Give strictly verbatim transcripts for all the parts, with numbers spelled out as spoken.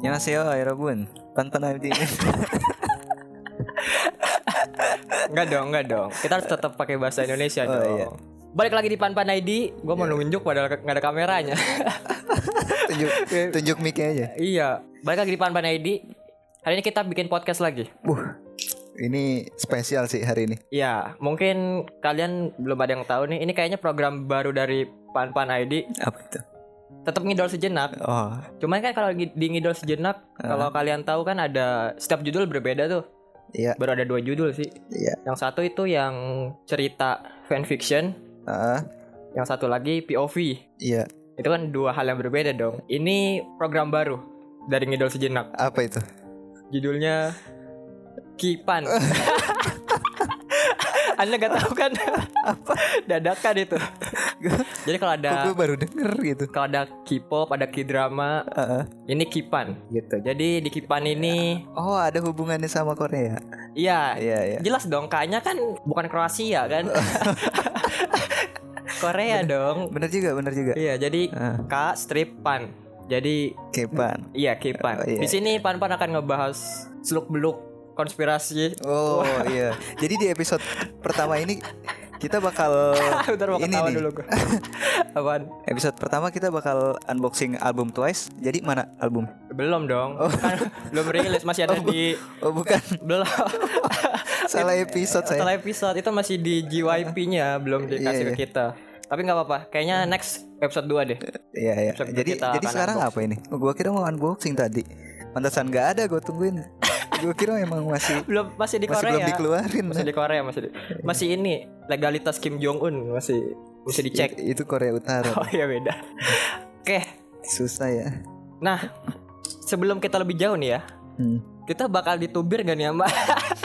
안녕하세요 여러분. Panpan-I D. Enggak dong, enggak dong. Kita harus tetap pakai bahasa Indonesia Oh, dong. iya. Balik lagi di Panpan I D. Gue mau nunjuk padahal nggak ada kameranya. tunjuk tunjuk mic-nya aja. Iya. Balik lagi di Panpan I D. Hari ini kita bikin podcast lagi. Buh, ini spesial sih hari ini. Iya. Mungkin kalian belum ada yang tahu nih. Ini kayaknya program baru dari Panpan I D. Apa itu? Tetap ngidol sejenak. Oh, Cuman kan kalau di di ngidol sejenak, Uh. kalau kalian tahu kan ada setiap judul berbeda tuh. iya, Baru ada dua judul sih. iya. Yang satu itu yang cerita fanfiction. Ah, Yang satu lagi P O V. iya. Itu kan dua hal yang berbeda dong. Ini program baru dari ngidol sejenak. Apa itu? Judulnya Kipan. Anda gak tahu kan? Apa? Dadakan itu. Jadi kalau ada Kok gue baru denger gitu. kalau ada K-pop, ada K-drama, Ah, ah. ini Kipan gitu. Jadi di Kipan ini Oh, ada hubungannya sama Korea. iya, Iya, iya. jelas dong, kayaknya kan bukan Kroasia kan. Korea dong. Bener juga, bener juga. Iya, jadi Ah. K strip pan. Jadi Kepan. iya Kipan. Oh, iya. Di sini Pan-Pan akan ngebahas seluk-beluk konspirasi. Oh iya. Jadi di episode pertama ini kita bakal Bentar mau ini ketawa nih. dulu gue. Apaan? Episode pertama kita bakal unboxing album Twice. Jadi mana album? Belum dong. Kan belum rilis, masih ada di Oh bukan. belum. Salah episode saya. Setelah episode itu masih di G Y P-nya, belum dikasih Iya, ke kita. Tapi nggak apa-apa. Kayaknya next episode dua deh. Iya iya. Episode Jadi kita jadi akan sekarang unboxing. apa ini? Oh, gua kira mau unboxing tadi. Pantasan nggak ada, gue tungguin. Gue kira emang masih Belum, masih di masih Korea. belum dikeluarin. Masih di Korea, masih di, masih ini legalitas Kim Jong Un masih bisa dicek. Itu, itu Korea Utara. Oh iya beda. Oke. Susah ya. Nah, sebelum kita lebih jauh nih ya, Hmm. kita bakal ditubir gak nih sama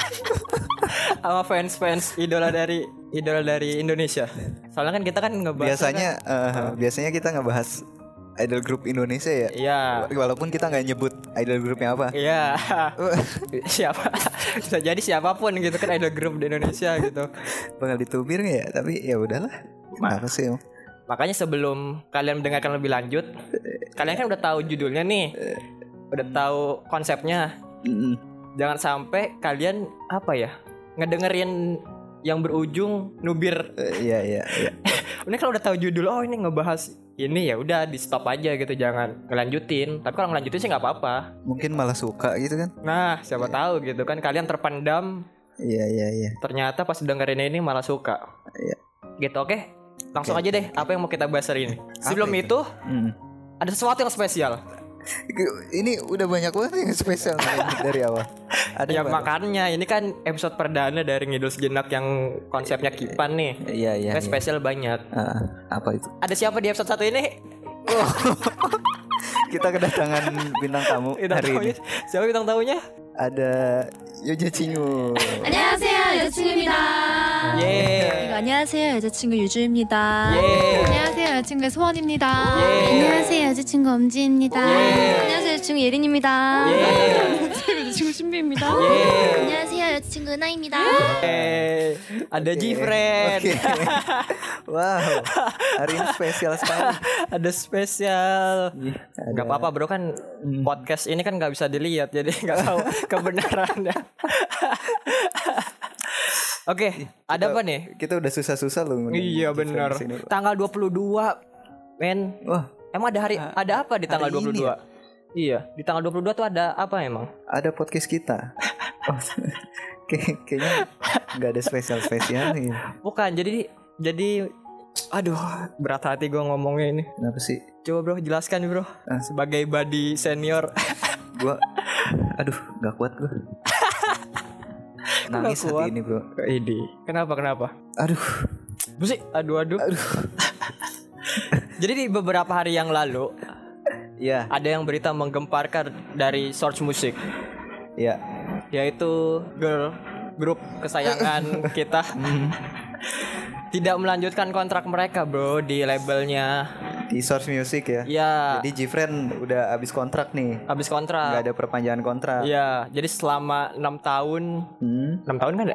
sama fans-fans idola dari idola dari Indonesia. Soalnya kan kita kan ngebahas Biasanya eh, biasanya kita ngebahas idol group Indonesia ya. Iya. Walaupun kita nggak nyebut idol grupnya apa. Iya. Siapa bisa jadi siapapun gitu kan idol group di Indonesia gitu. Bakal ditubir nggak ya? Tapi ya udahlah. Kenapa sih? Om? Makanya sebelum kalian mendengarkan lebih lanjut, kalian kan udah tahu judulnya nih. Udah tahu konsepnya. Mm-mm. Jangan sampai kalian apa ya? Ngedengerin yang berujung nubir. Eh, Iya iya iya. Ini kalau udah tahu judul, oh ini ngebahas ini, ya udah di stop aja gitu, jangan ngelanjutin. Tapi kalau ngelanjutin sih nggak apa-apa. Mungkin malah suka gitu kan? Nah, siapa tahu gitu kan kalian terpendam, Iya iya iya. ternyata pas dengerin ini malah suka. Iya. Gitu, oke? Langsung Oke, aja deh, apa yang mau kita bahas hari ini. Sebelum itu? itu, Hmm. ada sesuatu yang spesial. Ini udah banyak banget yang spesial nih dari awal. Ada Ya yang baru? makanya ini kan episode perdana dari Ngidul Sejenak yang konsepnya Kipan nih. Iya iya. Kan iya. spesial banyak. Ah, apa itu? Ada siapa di episode satu ini? Kita kedatangan bintang tamu Bintang hari ini. tamunya. Siapa bintang tamunya? Ada Yoja Cingu. 안녕하세요 여자친구입니다. Yeay. 안녕하세요 여자친구 유주입니다. 예. 안녕하세요 여자친구 소원입니다. 예. 안녕하세요 여자친구 엄지입니다. 예. 안녕하세요 여자친구 예린입니다. 예. 안녕하세요 여자친구 신비입니다. Yeay. 안녕하세요 여자친구 은하입니다. Eh, ada Jifren. Oke. Wow. Hari ini spesial sekali. Ada spesial. Ada- Gak apa-apa bro, kan podcast ini kan gak bisa dilihat, jadi gak tahu kebenarannya. Oke, ada apa nih? Kita udah susah-susah loh. ngundang Iya Jifren benar. kesini. Tanggal dua puluh dua, men. Wah, Emang ada hari ada apa di tanggal hari dua puluh dua? Iya, di tanggal dua puluh dua tuh ada apa emang? ada podcast kita. Oh, Kay- kayaknya nggak ada spesial-spesial nih. Bukan, jadi jadi aduh, berat hati gue ngomongnya ini. Kenapa sih? Coba bro, jelaskan bro. Ah. Sebagai body senior. Gua, aduh, nggak kuat gua. Nangis Nggak kuat? hati ini bro. Ini. Kenapa kenapa? Aduh, Busi, aduh aduh. Jadi di beberapa hari yang lalu ya, ada yang berita menggemparkan dari Source Music, ya. yaitu girl grup kesayangan kita tidak melanjutkan kontrak mereka bro di labelnya. Di Source Music ya. Ya, Jadi Jifren udah habis kontrak nih. habis Nggak kontrak. ada perpanjangan kontrak. Ya, jadi selama enam tahun, Hmm, enam tahun kan ya?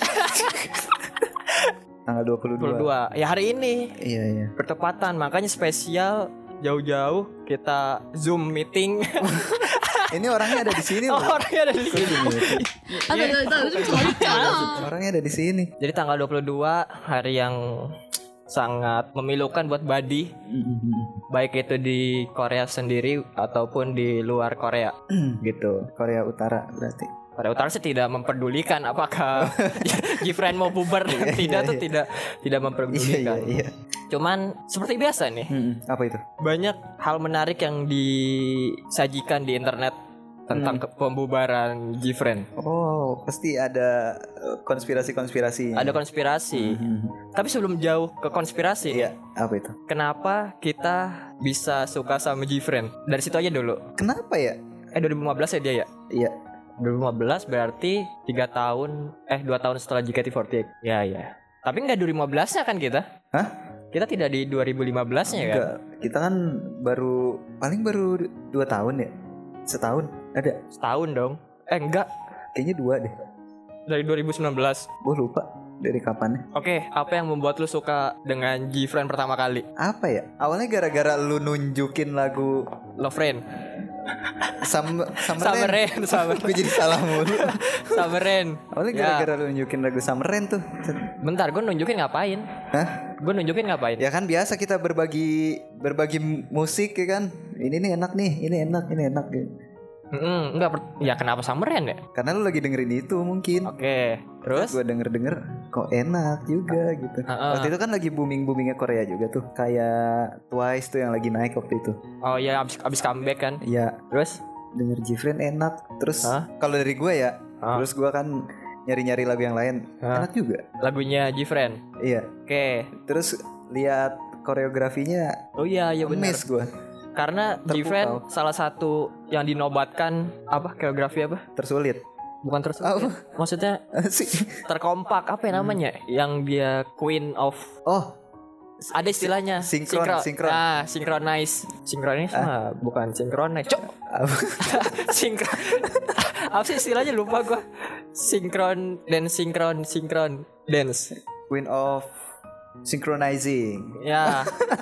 tanggal dua puluh dua. dua puluh dua. Ya hari ini Iya, iya. bertepatan, makanya spesial jauh-jauh kita Zoom meeting. Ini orangnya ada di sini Oh, loh. orangnya ada di sini. 아, 나, 나, 나 요즘 젊잖아. Orangnya ada di sini. Jadi tanggal dua puluh dua hari yang sangat memilukan buat Badi, baik itu di Korea sendiri ataupun di luar Korea. Gitu. Korea Utara berarti. Korea Utara sih tidak memperdulikan apakah Gfriend mau bubar dan tidak tuh tidak tidak Iya memperdulikan. iya iya. Cuman seperti biasa nih, Mm-mm. Apa itu? banyak hal menarik yang disajikan di internet tentang ke- pembubaran Gfriend. Oh, pasti ada eh, konspirasi-konspirasi. Ada konspirasi. Mhm. Tapi sebelum jauh ke konspirasi, Iya, apa itu? kenapa kita bisa suka sama Gfriend? Dari situ aja dulu. Kenapa ya? Eh dua ribu lima belas ya dia ya? Iya. dua ribu lima belas berarti tiga tahun eh dua tahun setelah J K T empat delapan. Ya ya. Tapi enggak dua ribu lima belas-nya kan kita? Hah? Kita tidak di dua ribu lima belas-nya kan? Enggak. Kita kan baru paling baru dua tahun ya. Setahun ada. Setahun dong. Eh enggak, Kayaknya dua deh. dari dua ribu sembilan belas. Gue lupa dari kapan. Oke, apa yang membuat lu suka dengan Gfriend pertama kali? Apa ya? Awalnya gara-gara lu nunjukin lagu Love Rain. Sam Summer Summer Rain. Rain, Summer Gue jadi salah mulu. Summer Rain. Awalnya Ya. gara-gara lu nunjukin lagu Summer Rain tuh. Bentar, gue nunjukin ngapain? Hah? Gue nunjukin ngapain? Ya kan biasa kita berbagi berbagi musik ya kan. Ini nih enak nih, ini enak, ini enak gitu. Mm-mm, enggak, per- ya kenapa Summer Rain ya? Karena lu lagi dengerin itu mungkin. Oke, terus? Gue denger-denger kok enak juga gitu. Heeh. Waktu itu kan lagi booming-boomingnya Korea juga tuh. Kayak Twice tuh yang lagi naik waktu itu. Oh ya, abis, abis comeback kan? Ya Terus? denger Gfriend enak. Terus Hah? kalau dari gue ya, Hah? terus gue kan nyari-nyari lagu yang lain. Hah? Enak juga. Lagunya Gfriend. Iya. Oke. Terus lihat koreografinya, Oh iya, iya benar. miss gue. Karena Terpukau. Gfriend salah satu yang dinobatkan apa? Koreografi apa? Tersulit. Bukan terus. Apa? Maksudnya sih? terkompak apa ya namanya? Yang dia Queen of Oh, ada istilahnya sinkron, Sinkro- sinkron. ah synchronize synchronize mah bukan synchronize cok sinkron apa sih istilahnya lupa gua sinkron dan sinkron sinkron dance Queen of Synchronizing. ya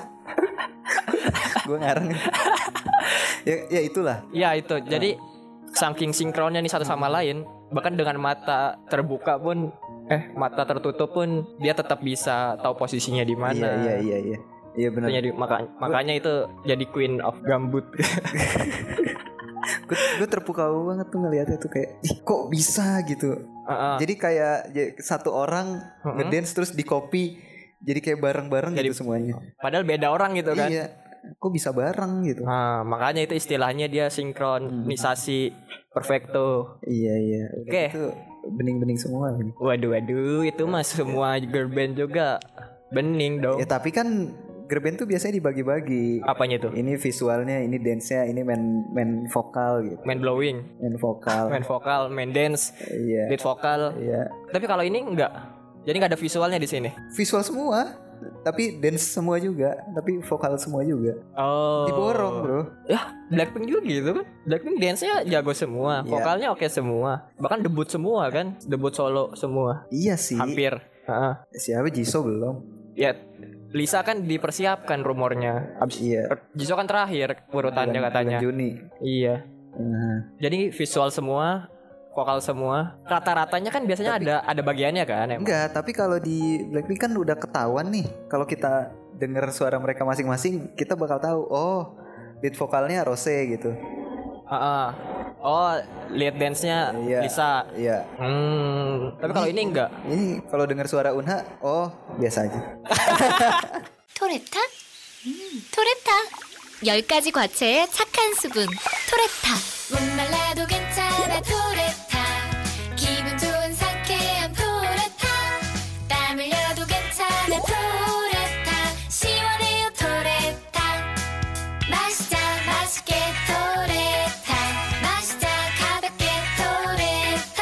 Gue ngarang. ya, ya itulah. ya itu jadi saking sinkronnya nih satu sama lain bahkan dengan mata terbuka pun eh mata tertutup pun dia tetap bisa tahu posisinya di mana. Iya iya iya iya. Iya benar. Jadi maka, makanya itu jadi Queen of Gambut. Gue terpukau banget tuh ngeliatnya tuh kayak ih, kok bisa gitu. Uh-uh. Jadi kayak ya, satu orang Uh-uh. ngedance terus di copy. Jadi kayak bareng-bareng Jadi- gitu semuanya. Padahal beda orang gitu kan. Iya. Kok bisa bareng gitu. Nah, makanya itu istilahnya dia sinkronisasi perfecto. Iya iya. Udah Oke. Itu bening-bening semua ini. Waduh waduh itu mah semua girl band juga bening dong. Ya tapi kan girl band tuh biasanya dibagi-bagi. Apanya itu? Ini visualnya, ini dance-nya, ini main main vokal gitu. Main blowing, Main vokal. main vokal, main dance, Iya. lead vokal. Iya. Tapi kalau ini enggak. Jadi enggak ada visualnya di sini. Visual semua. Tapi dance semua juga, tapi vokal semua juga. Oh. Diborong, Bro. Ya, Blackpink juga gitu kan. Blackpink dance-nya jago semua, Iya. vokalnya oke semua. Bahkan debut semua kan, debut solo semua. Iya sih. Hampir. Heeh. Siapa Jisoo belum? Ya, Lisa kan dipersiapkan rumornya. Abis Iya. Jisoo kan terakhir urutannya Bulan- katanya. bulan Juni. Iya. Nah, Jadi visual semua, vokal semua. Rata-ratanya kan biasanya ada ada bagiannya kan emang. enggak, tapi kalau di Blackpink kan udah ketahuan nih. Kalau kita denger suara mereka masing-masing, kita bakal tahu. Oh, lead vokalnya Rose gitu. Heeh. Oh, lead dance-nya Iya. Lisa. Iya. Hmm, tapi kalau ini enggak. Ini kalau dengar suara Unha, oh biasa aja. 토레타? 음, 토레타. 열 가지 과채의 착한 수분. 토레타. 목말라도 괜찮아 토레타. 기분 좋은 상쾌한 토레타. 땀 흘려도 괜찮아 토레타. 시원해요 토레타. 마시자 맛있게 토레타. 마시자 가볍게 토레타.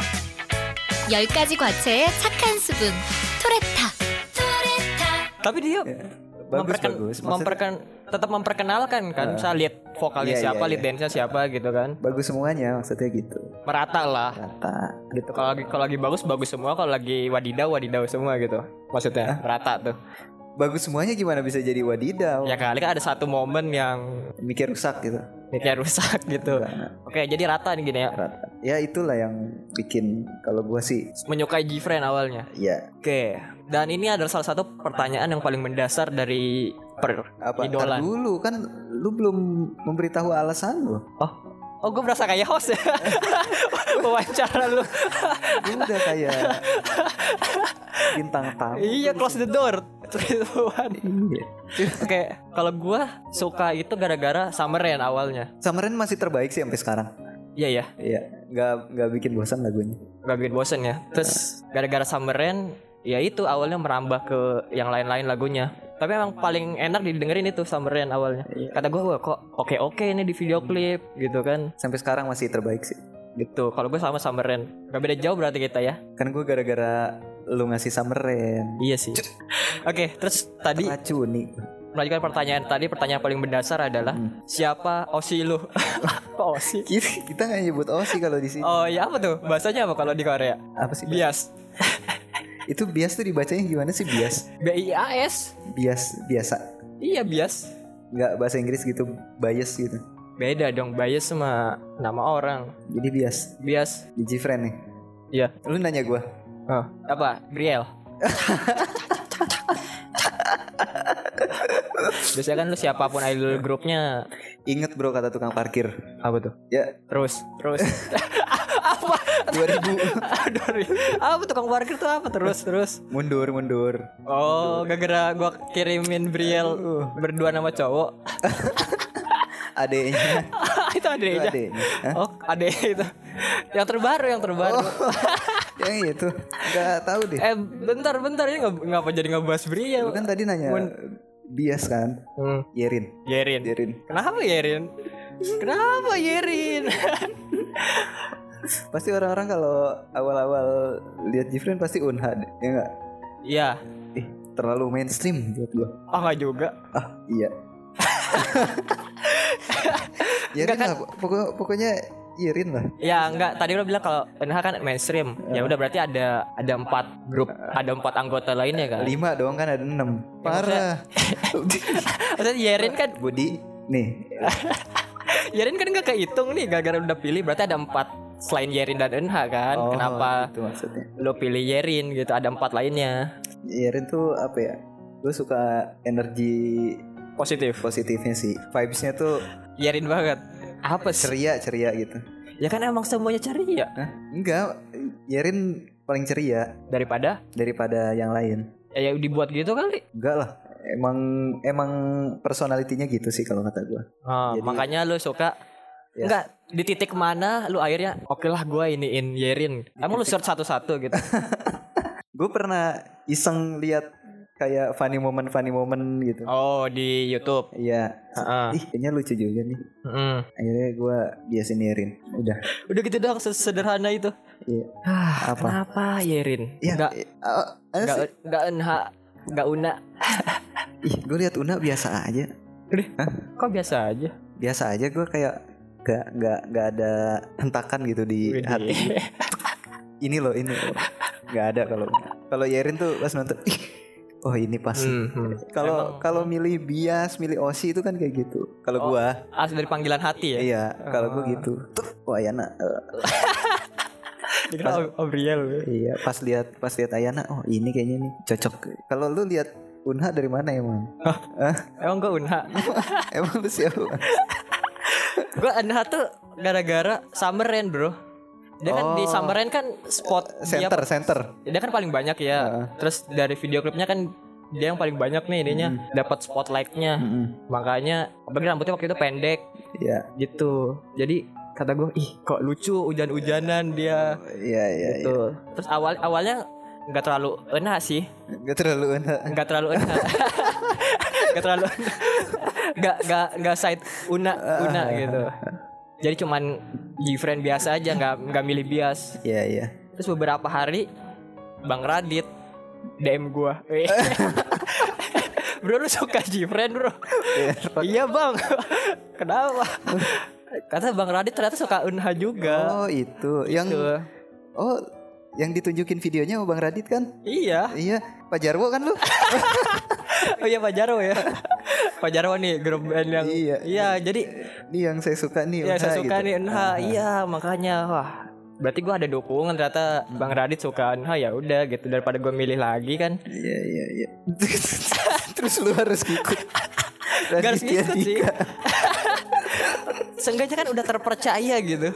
열 가지 과채의 착한 수분. 토레타. 토레타. Tapi dia Bagus memperken- bagus. Maksudnya memperken tetap memperkenalkan kan, misalnya lead vokalnya Iya, siapa, iya, lead iya. dance-nya siapa gitu kan. bagus semuanya maksudnya gitu. Merata lah. Rata gitu. Kalau lagi kalau lagi bagus bagus semua, kalau lagi wadidaw wadidaw semua gitu. Maksudnya merata tuh. bagus semuanya gimana bisa jadi wadidaw? Ya kali kan ada satu momen yang Mikir rusak gitu. mikir rusak gitu. Oke, jadi rata nih gini ya. Rata. Ya itulah yang bikin kalau gua sih Menyukai Gfriend awalnya. ya Oke. Dan ini adalah salah satu pertanyaan yang paling mendasar dari per apa idolan. tar dulu kan lu belum memberitahu alasan lu. Oh, oh gue berasa kayak host ya. Wawancara lu. Udah kayak bintang tamu. Iya, close the door. Iya. Oke, kalau gue suka itu gara-gara Summer Rain awalnya. Summer Rain masih terbaik sih sampai sekarang. Iya ya, Iya, nggak nggak bikin bosan lagunya. gak bikin bosen ya. Terus gara-gara Summer Rain, ya itu awalnya merambah ke yang lain-lain lagunya. Tapi emang paling enak didengerin itu Summer Rain awalnya. Kata gue, wah kok oke-oke ini di video klip gitu kan. Sampai sekarang masih terbaik sih. Gitu. Kalau gue sama Summer Rain, gak beda jauh berarti kita ya. Kan gue gara-gara lu ngasih Summer Rain. Iya sih. Oke, terus tadi Racuni. melanjutkan pertanyaan tadi, pertanyaan paling mendasar adalah Hmm. siapa Osi lu? Kok Osi? Kita, kita nggak nyebut Osi kalau di sini. Oh ya, apa tuh? Bahasanya apa kalau di Korea? Apa sih? Bias. Itu bias tuh dibacanya gimana sih bias? B I A S. Bias biasa. Iya, bias. Nggak bahasa Inggris gitu, bias gitu. Beda dong, bias sama nama orang. Jadi bias. Bias. Di Gfriend nih. Iya. Lu nanya gue. Oh, apa? Briel. Biasanya kan lu siapapun idol grupnya. Ingat bro kata tukang parkir. Apa tuh? Ya Terus, terus. Apa? dua ribu. Aduh, apa tukang parkir tuh apa? Terus, terus. Mundur mundur. Oh, gara-gara gua kirimin Briel berdua nama cowok. Adeknya. Itu adeknya. adeknya. Hah? Oh, adek itu. Yang terbaru, yang terbaru. Yang itu. Nggak tahu deh. Eh, bentar, bentar ini nggak ngapa jadi ngebahas Briel? Lu kan tadi nanya bias kan. Hmm. Yerin. Yerin. Yerin. Kenapa Yerin? Kenapa Yerin? Pasti orang-orang kalau awal-awal lihat Gfriend pasti Unha deh, ya enggak? Iya. Eh, terlalu mainstream buat gua. Oh, nggak juga. Ah, iya. Yerin Enggak kan? lah, pokok- pokoknya Yerin lah. Ya enggak, tadi lo bilang kalau N H kan mainstream. Ya udah berarti ada ada empat grup, ada empat anggota lainnya kan. Lima doang kan ada enam. Ya, Parah. Maksudnya Yerin kan, Budi nih. Yerin kan nggak kehitung nih gara-gara udah pilih, berarti ada empat selain Yerin dan N H kan. Oh, Kenapa itu maksudnya. lo pilih Yerin gitu? Ada empat lainnya. Yerin tuh apa ya? Gue suka energi Positif. positifnya sih. Vibes-nya tuh Yerin banget. Apa sih? ceria-ceria gitu. Ya kan emang semuanya ceria Hah? Enggak, Yerin paling ceria daripada daripada yang lain. ya, ya dibuat gitu kali. Enggak lah. Emang emang personalitinya gitu sih kalau kata gue. Oh, Jadi- makanya lu suka. Ya. Enggak, di titik mana lu akhirnya oke lah gue iniin Yerin. Emang lu search satu-satu gitu. Gue pernah iseng lihat kayak funny moment funny moment gitu. Oh, di YouTube. Iya. Heeh. Ih, kayaknya lucu juga nih. Mm. Akhirnya gue biasin Yerin. Udah. Udah gitu doang, sesederhana itu. Iya. Ah, Apa? kenapa Yerin? Ya, Enggak eh, ah, ah, enggak sih. enggak enha, enggak una. Ih, gue lihat Una biasa aja. Udah. Hah? Kok biasa aja? Biasa aja gue kayak gak gak gak ada hentakan gitu di Widih. hati. Ini loh, ini loh. Gak ada kalau kalau Yerin tuh pas nonton. Ih, oh ini pas. Hmm, hmm. Kalau Emang- kalau milih bias, milih Osi itu kan kayak gitu. Kalau Oh, gua, As dari panggilan hati ya. iya, kalau gua Oh. gitu. Tuh, oh Ayana. eh, Dikira Obriel. iya, pas lihat pas lihat Ayana, oh ini kayaknya nih cocok. Kalau lu lihat Unha dari mana emang? Emang gue unha. Emang lu siapa? Gue unha tuh gara-gara Summer Rain, bro. Dia kan di Oh. Summer Rain kan spot dia, Center, center. dia kan paling banyak ya. Heeh. Terus dari video klipnya kan dia yang paling banyak nih idenya, dapat spotlightnya. Mm-mm. Makanya apalagi rambutnya waktu itu pendek Iya, gitu. Jadi kata gue, ih kok lucu hujan-hujanan dia iya, iya. gitu. Terus awal awalnya nggak terlalu enak sih, Gak terlalu Una. nggak terlalu enak, nggak terlalu nggak nggak nggak side una una gitu. Jadi cuman Gfriend biasa aja, nggak nggak milih bias. Iya, iya. Terus beberapa hari Bang Radit D M gua. Bro lu suka Gfriend bro? Iya bang. Kenapa? Kata Bang Radit ternyata suka Unha juga. Oh, itu. Yang Gitu. Oh, yang ditunjukin videonya sama Bang Radit kan? Iya. Iya, Pak Jarwo kan lu? Oh iya Pak Jarwo ya. Pak Jarwo nih grup band yang Iya. Iya, jadi Ini yang saya suka nih. ya Unha, saya suka gitu. nih Unha. Iya, makanya wah. Berarti gue ada dukungan ternyata Bang Radit suka Unha, ya udah gitu daripada gue milih lagi kan. Iya iya iya. Terus lu harus ikut. Gak harus ngikut sih. Seenggaknya kan udah terpercaya gitu.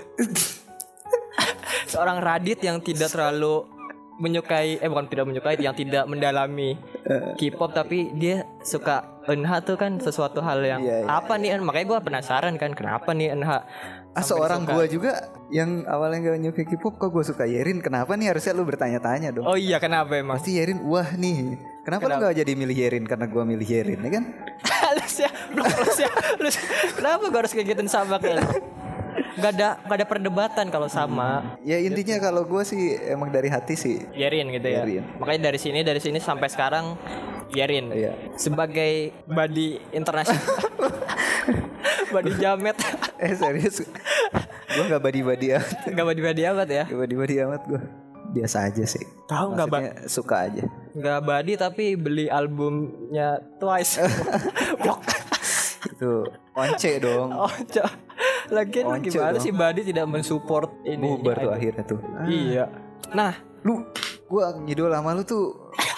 Seorang Radit yang tidak terlalu menyukai eh bukan tidak menyukai yang tidak mendalami K-pop tapi dia suka Eunha tuh kan sesuatu hal yang Iya, iya. apa nih En? Makanya gue penasaran kan kenapa nih Eunha Ah, sampai seorang disuka. gua juga yang awalnya gak nyukai K-pop kok gue suka Yerin. Kenapa nih? Harusnya lu bertanya-tanya dong. Oh iya kenapa emang? Pasti Yerin wah nih. Kenapa, Kenapa? lu gak jadi milih Yerin? Karena gua milih Yerin ya kan? Halus ya, belum halus ya. Halus. Kenapa gue harus kayak gitu sama kayak lu? Gak ada gak ada perdebatan kalau sama. Ya intinya kalau gua sih emang dari hati sih. Yerin gitu ya. Yerin. Makanya dari sini dari sini sampai sekarang Yerin. Iya. Sebagai body internasional. Body jamet. Eh serius. Gua gak badi-badi amat. Gak body-body amat ya. Gak badi-badi amat gua. Biasa aja sih. Tahu nggak, Bang? Maksudnya suka aja. Gak body tapi beli albumnya Twice. Blok. Itu once dong. Oh, cok. Lagian Once gimana dong. sih body tidak mensupport ini? Bubar tuh idol? akhirnya tuh. Iya. Nah, Lu gua ngidol sama lu tuh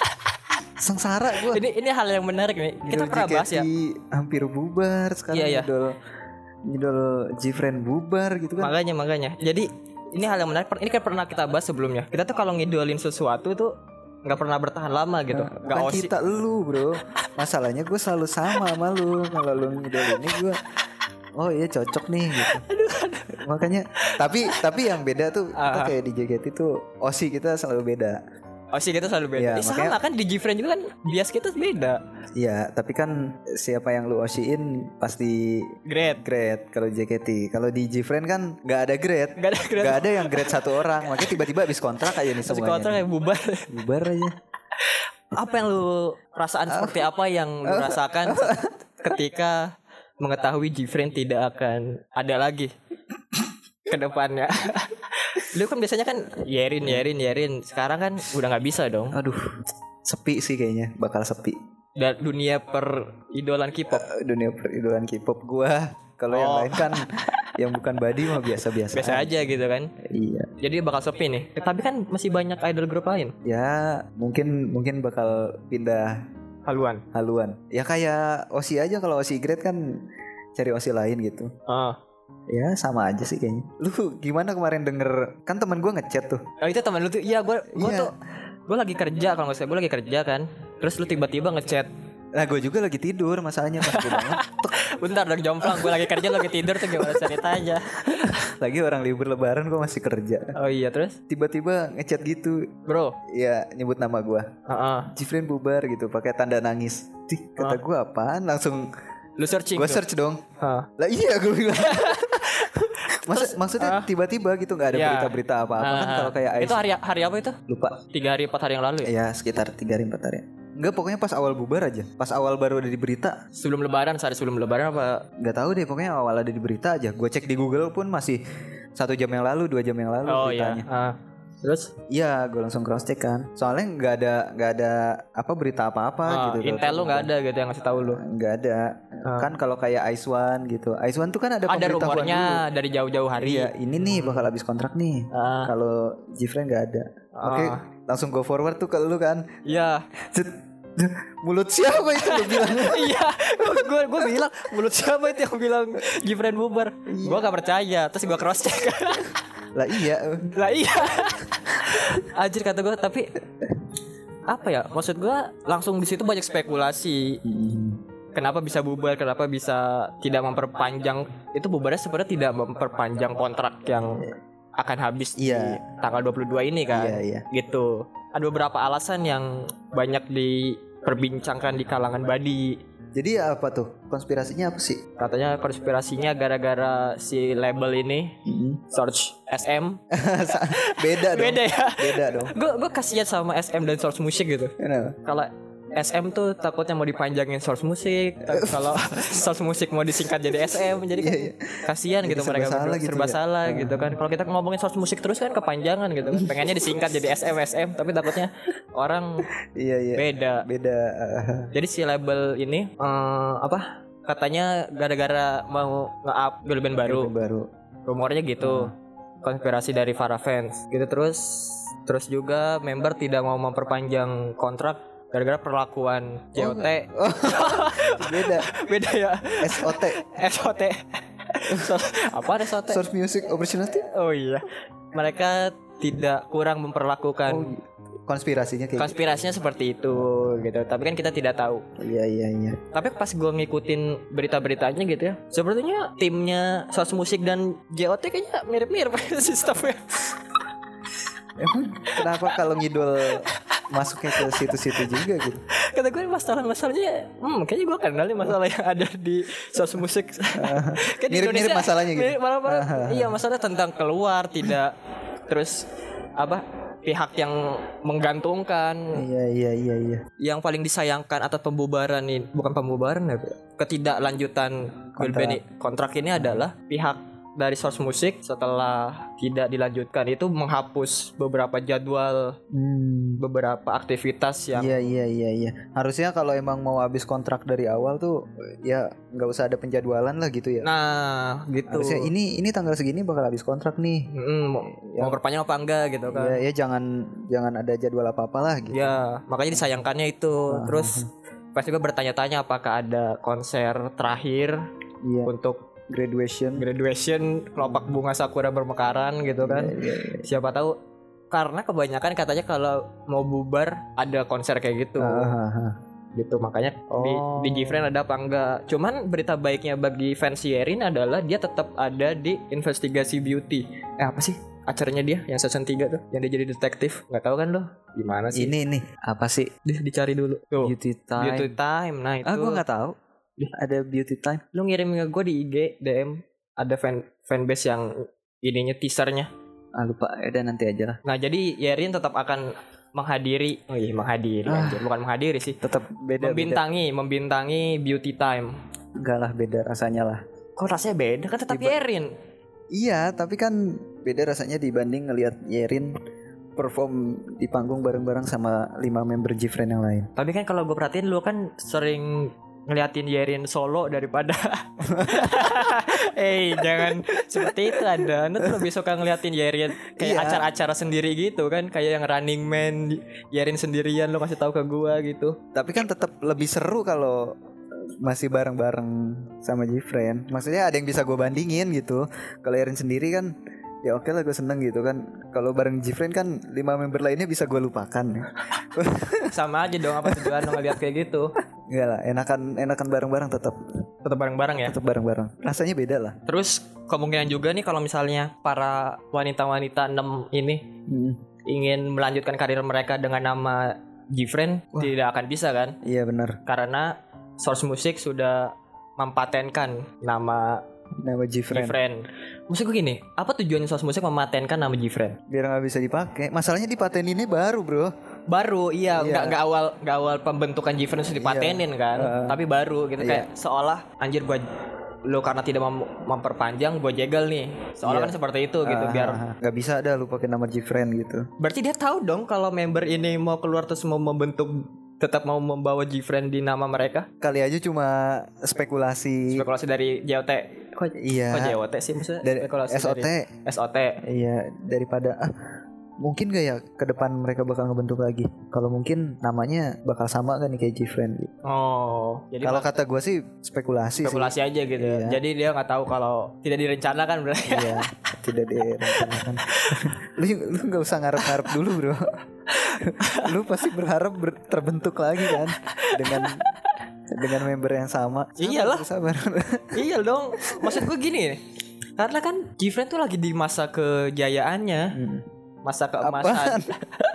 sengsara gua. ini ini hal yang menarik nih. Kita Ngidol pernah bahas ya. J K T hampir bubar sekarang. Iya, iya. Ngidol ngidol Gfriend bubar gitu kan. Makanya makanya. Jadi ini hal yang menarik. Ini kan pernah kita bahas sebelumnya. Kita tuh kalau ngidolin sesuatu tuh nggak pernah bertahan lama gitu. Nggak Bukan osi. kita lu bro. Masalahnya gue selalu sama sama lu. Kalau lu ngidol ini gue oh iya cocok nih gitu. Makanya tapi tapi yang beda tuh kita Ah. kayak di J K T tuh osi kita selalu beda. Osi kita selalu beda. Iya, Eh, sama makanya- kan di Gfriend juga kan bias kita beda. Iya tapi kan siapa yang lu osiin pasti Great. grade kalau J K T. Kalau di Gfriend kan nggak ada grade. Gak ada great. Nggak ada yang grade satu orang. Makanya tiba-tiba habis kontrak aja nih Masih semuanya. kontrak kayak bubar. Bubar aja. Apa yang lu perasaan seperti apa yang lu rasakan ketika mengetahui Gfriend tidak akan ada lagi ke depannya? Lu kan biasanya kan Yerin Yerin Yerin, sekarang kan udah nggak bisa dong. Aduh sepi sih kayaknya. Bakal sepi. Dan dunia per idolan K-pop. Eh, dunia peridolan K-pop gua. Kalau yang Oh. lain kan yang bukan body mah biasa-biasa. Biasa aja gitu kan. Iya. Jadi bakal sepi nih. Tapi kan masih banyak idol grup lain. Ya mungkin mungkin bakal pindah Haluan. haluan. Ya kayak Osi aja kalau Osi grade kan cari Osi lain gitu. Ah. Ya sama aja sih kayaknya. Lu gimana kemarin denger kan teman gua ngechat tuh. Oh itu teman lu tuh. Iya gue gue Iya. tuh gue lagi kerja kalau nggak salah gue lagi kerja kan. Terus lu tiba-tiba ngechat. Nah gue juga lagi tidur masalahnya pas gua bangun. Bentar dong jomplang, gue lagi kerja lagi tidur tuh gimana ceritanya? Lagi orang libur lebaran gua masih kerja. Oh iya terus Tiba-tiba ngechat gitu. bro. Ya nyebut nama gua. Heeh. Gfriend bubar gitu pakai tanda nangis. Dih, kata gua apaan? Langsung Lu searching. gua tuh? search dong. Hah. Lah iya gue bilang. Maksud, maksudnya tiba-tiba gitu nggak ada Iya. berita-berita apa-apa kan Ah, kalau kayak Ais itu hari hari apa itu? lupa. Tiga hari empat hari yang lalu ya? Ya sekitar tiga hari empat hari. Enggak pokoknya pas awal bubar aja. Pas awal baru ada di berita. Sebelum lebaran, sehari sebelum lebaran apa? Nggak tahu deh pokoknya awal ada di berita aja. Gue cek di Google pun masih satu jam yang lalu, dua jam yang lalu Oh iya. beritanya. Ah. Terus Iya, gue langsung cross check kan. Soalnya nggak ada nggak ada apa berita apa-apa ah, gitu. intel lu nggak ada gitu yang ngasih tahu lu. Nggak ada. Kan kalau kayak Ice One gitu. Ice One tuh kan ada Ada pemberitahuan dulu. rumornya dari jauh-jauh hari. Iya, ini nih bakal habis kontrak nih. Ah. Kalau Gfriend nggak ada. Oke, Ah. langsung go forward tuh ke lu kan. Iya. Cet, mulut siapa itu lu bilang? Iya, gue gue bilang mulut siapa itu yang bilang Gfriend bubar? Gue gak percaya, terus gue cross check. Lah iya. Lah iya. Anjir kata gue, tapi apa ya? Maksud gue langsung di situ banyak spekulasi. Kenapa bisa bubar? Kenapa bisa tidak memperpanjang? Itu bubarnya sebenarnya tidak memperpanjang kontrak yang akan habis di Iya. tanggal dua puluh dua ini kan. Iya, iya. Gitu. Ada beberapa alasan yang banyak diperbincangkan di kalangan body. Jadi apa tuh? Konspirasinya apa sih? Katanya konspirasinya gara-gara si label ini Source S M. Beda dong. Beda ya. Beda dong. Gue gue kasihan sama S M dan Source Musik gitu. Kenapa? Kalau S M tuh takutnya mau dipanjangin source musik. Kalau source musik mau disingkat jadi S M, jadi kan kasihan gitu mereka salah berdua, gitu serba ya. salah gitu kan. Kalau kita ngomongin source musik terus kan kepanjangan gitu kan. Pengennya disingkat jadi S M S M, tapi takutnya orang Iya iya. beda. Beda. Jadi si label ini eh, apa? Katanya gara-gara mau nge-up girl band baru. Album baru. Rumornya gitu. Konspirasi dari para fans. Gitu terus terus juga member tidak mau memperpanjang kontrak gara-gara perlakuan J O T. Oh, beda. Beda ya. S O T. S O T. So, apa S O T? Source Music Opportunity. Oh iya. Mereka tidak kurang memperlakukan. Oh, konspirasinya kayak Konspirasinya seperti itu gitu. Tapi kan kita tidak tahu. gitu. Iya iya iya. Tapi pas gue ngikutin berita-beritanya gitu ya, sepertinya timnya Source Music dan J O T kayaknya mirip-mirip sistemnya. Emang kenapa kalau ngidol masuknya ke situ-situ juga gitu? Kata gue masalah-masalahnya, hmm, kayaknya gue kenal nih masalah yang ada di Source Music. Kan di Mirip-mirip Indonesia masalahnya gitu. mirip malah- iya, masalah tentang keluar tidak, terus apa pihak yang menggantungkan. Iya iya iya iya. Yang paling disayangkan atas pembubaran ini, bukan pembubaran ya, ketidaklanjutan girl band ini- kontrak ini adalah pihak dari Source Music setelah tidak dilanjutkan itu menghapus beberapa jadwal, Hmm. beberapa aktivitas yang Iya iya iya iya. Harusnya kalau emang mau habis kontrak dari awal tuh ya nggak usah ada penjadwalan lah gitu ya. nah gitu. Harusnya ini ini tanggal segini bakal habis kontrak nih. Mm, mau, Ya. mau perpanjang apa enggak gitu kan. Ya ya jangan jangan ada jadwal apa-apa lah gitu. Ya, makanya disayangkannya itu. Ah. Terus pas juga bertanya-tanya apakah ada konser terakhir Iya. untuk Graduation. graduation kelopak bunga sakura bermekaran gitu kan. Iya, iya, iya. Siapa tahu karena kebanyakan katanya kalau mau bubar ada konser kayak gitu. Ah, ah, ah. Gitu makanya Oh. di di Gfriend ada apa enggak. Cuman berita baiknya bagi fans Yerin adalah dia tetap ada di Investigasi Beauty. Eh apa sih acaranya dia yang season tiga tuh yang dia jadi detektif? Nggak tahu kan lo gimana sih? Ini nih apa sih? Di, dicari dulu tuh. Beauty Time. Beauty Time. Nah itu Ah gue nggak tahu. Ada Beauty Time. lu ngirim ke gue di I G D M ada fan fanbase yang ininya teasernya. Ah lupa. Ada nanti aja lah. Nah jadi Yerin tetap akan menghadiri, oh iya menghadiri, Ah. anjir. Bukan menghadiri sih, Tetap beda. membintangi, membintangi Beauty Time. Beda. Enggak lah beda rasanya lah. Kok rasanya beda kan tetap Tiba- Yerin. Iya, tapi kan beda rasanya dibanding ngelihat Yerin perform di panggung bareng-bareng sama lima member Gfriend yang lain. Tapi kan kalau gue perhatiin lu kan sering ngeliatin Yerin solo daripada eh jangan seperti itu ada. Anda tuh lebih suka ngeliatin Yerin kayak Iya. acara-acara sendiri gitu kan, kayak yang Running Man Yerin sendirian lu kasih tahu ke gua gitu. Tapi kan tetap lebih seru kalau masih bareng-bareng sama Gfriend. Maksudnya ada yang bisa gue bandingin gitu. Kalau Yerin sendiri kan ya oke lah gue seneng gitu kan. Kalau bareng Gfriend kan lima member lainnya bisa gue lupakan. Sama aja dong apa tujuan lo ngeliat kayak gitu. Enggak lah, enakan enakan bareng-bareng tetap Tetap bareng-bareng ya. tetap bareng-bareng. Rasanya beda lah. Terus kemungkinan juga nih kalau misalnya para wanita-wanita enam ini Hmm. ingin melanjutkan karir mereka dengan nama Gfriend tidak akan bisa kan? Iya benar. Karena Source Music sudah mempatenkan nama Nama Gfriend. Gfriend. Maksud gue gini, apa tujuannya Source Music mematenkan nama Gfriend? Biar nggak bisa dipakai. Masalahnya dipateninnya baru bro. Baru, iya, Iya. nggak nggak awal nggak awal pembentukan Gfriend sudah dipatenin kan, Uh, tapi baru gitu iya. kayak seolah anjir gua lo karena tidak mem- memperpanjang gue jegal nih. Seolah Iya. kan seperti itu gitu Ah, biar ah, ah. nggak bisa ada lu pakai nama Gfriend gitu. berarti dia tahu dong kalau member ini mau keluar terus mau membentuk tetap mau membawa Gfriend di nama mereka. Kali aja cuma spekulasi. Spekulasi dari J O T. Kok Iya. kok J O T sih maksudnya? Dari Spekulasi S O T. dari S O T. Iya, daripada ah, mungkin gak ya ke depan mereka bakal ngebentuk lagi. Kalau mungkin namanya bakal sama kan nih kayak Gfriend gitu. Oh, jadi Kalau mas- kata gue sih spekulasi, spekulasi aja gitu. Iya. Jadi dia nggak tahu kalau tidak direncanakan berarti. sih. Iya, tidak direncanakan. lu lu nggak usah ngarep-ngarep dulu, Bro. Lu pasti berharap ber- terbentuk lagi kan dengan dengan member yang sama. Iyalah. Sabar. Iya dong. Maksud gue gini, karena kan Gfriend tuh lagi di masa kejayaannya, Hmm. masa keemasan.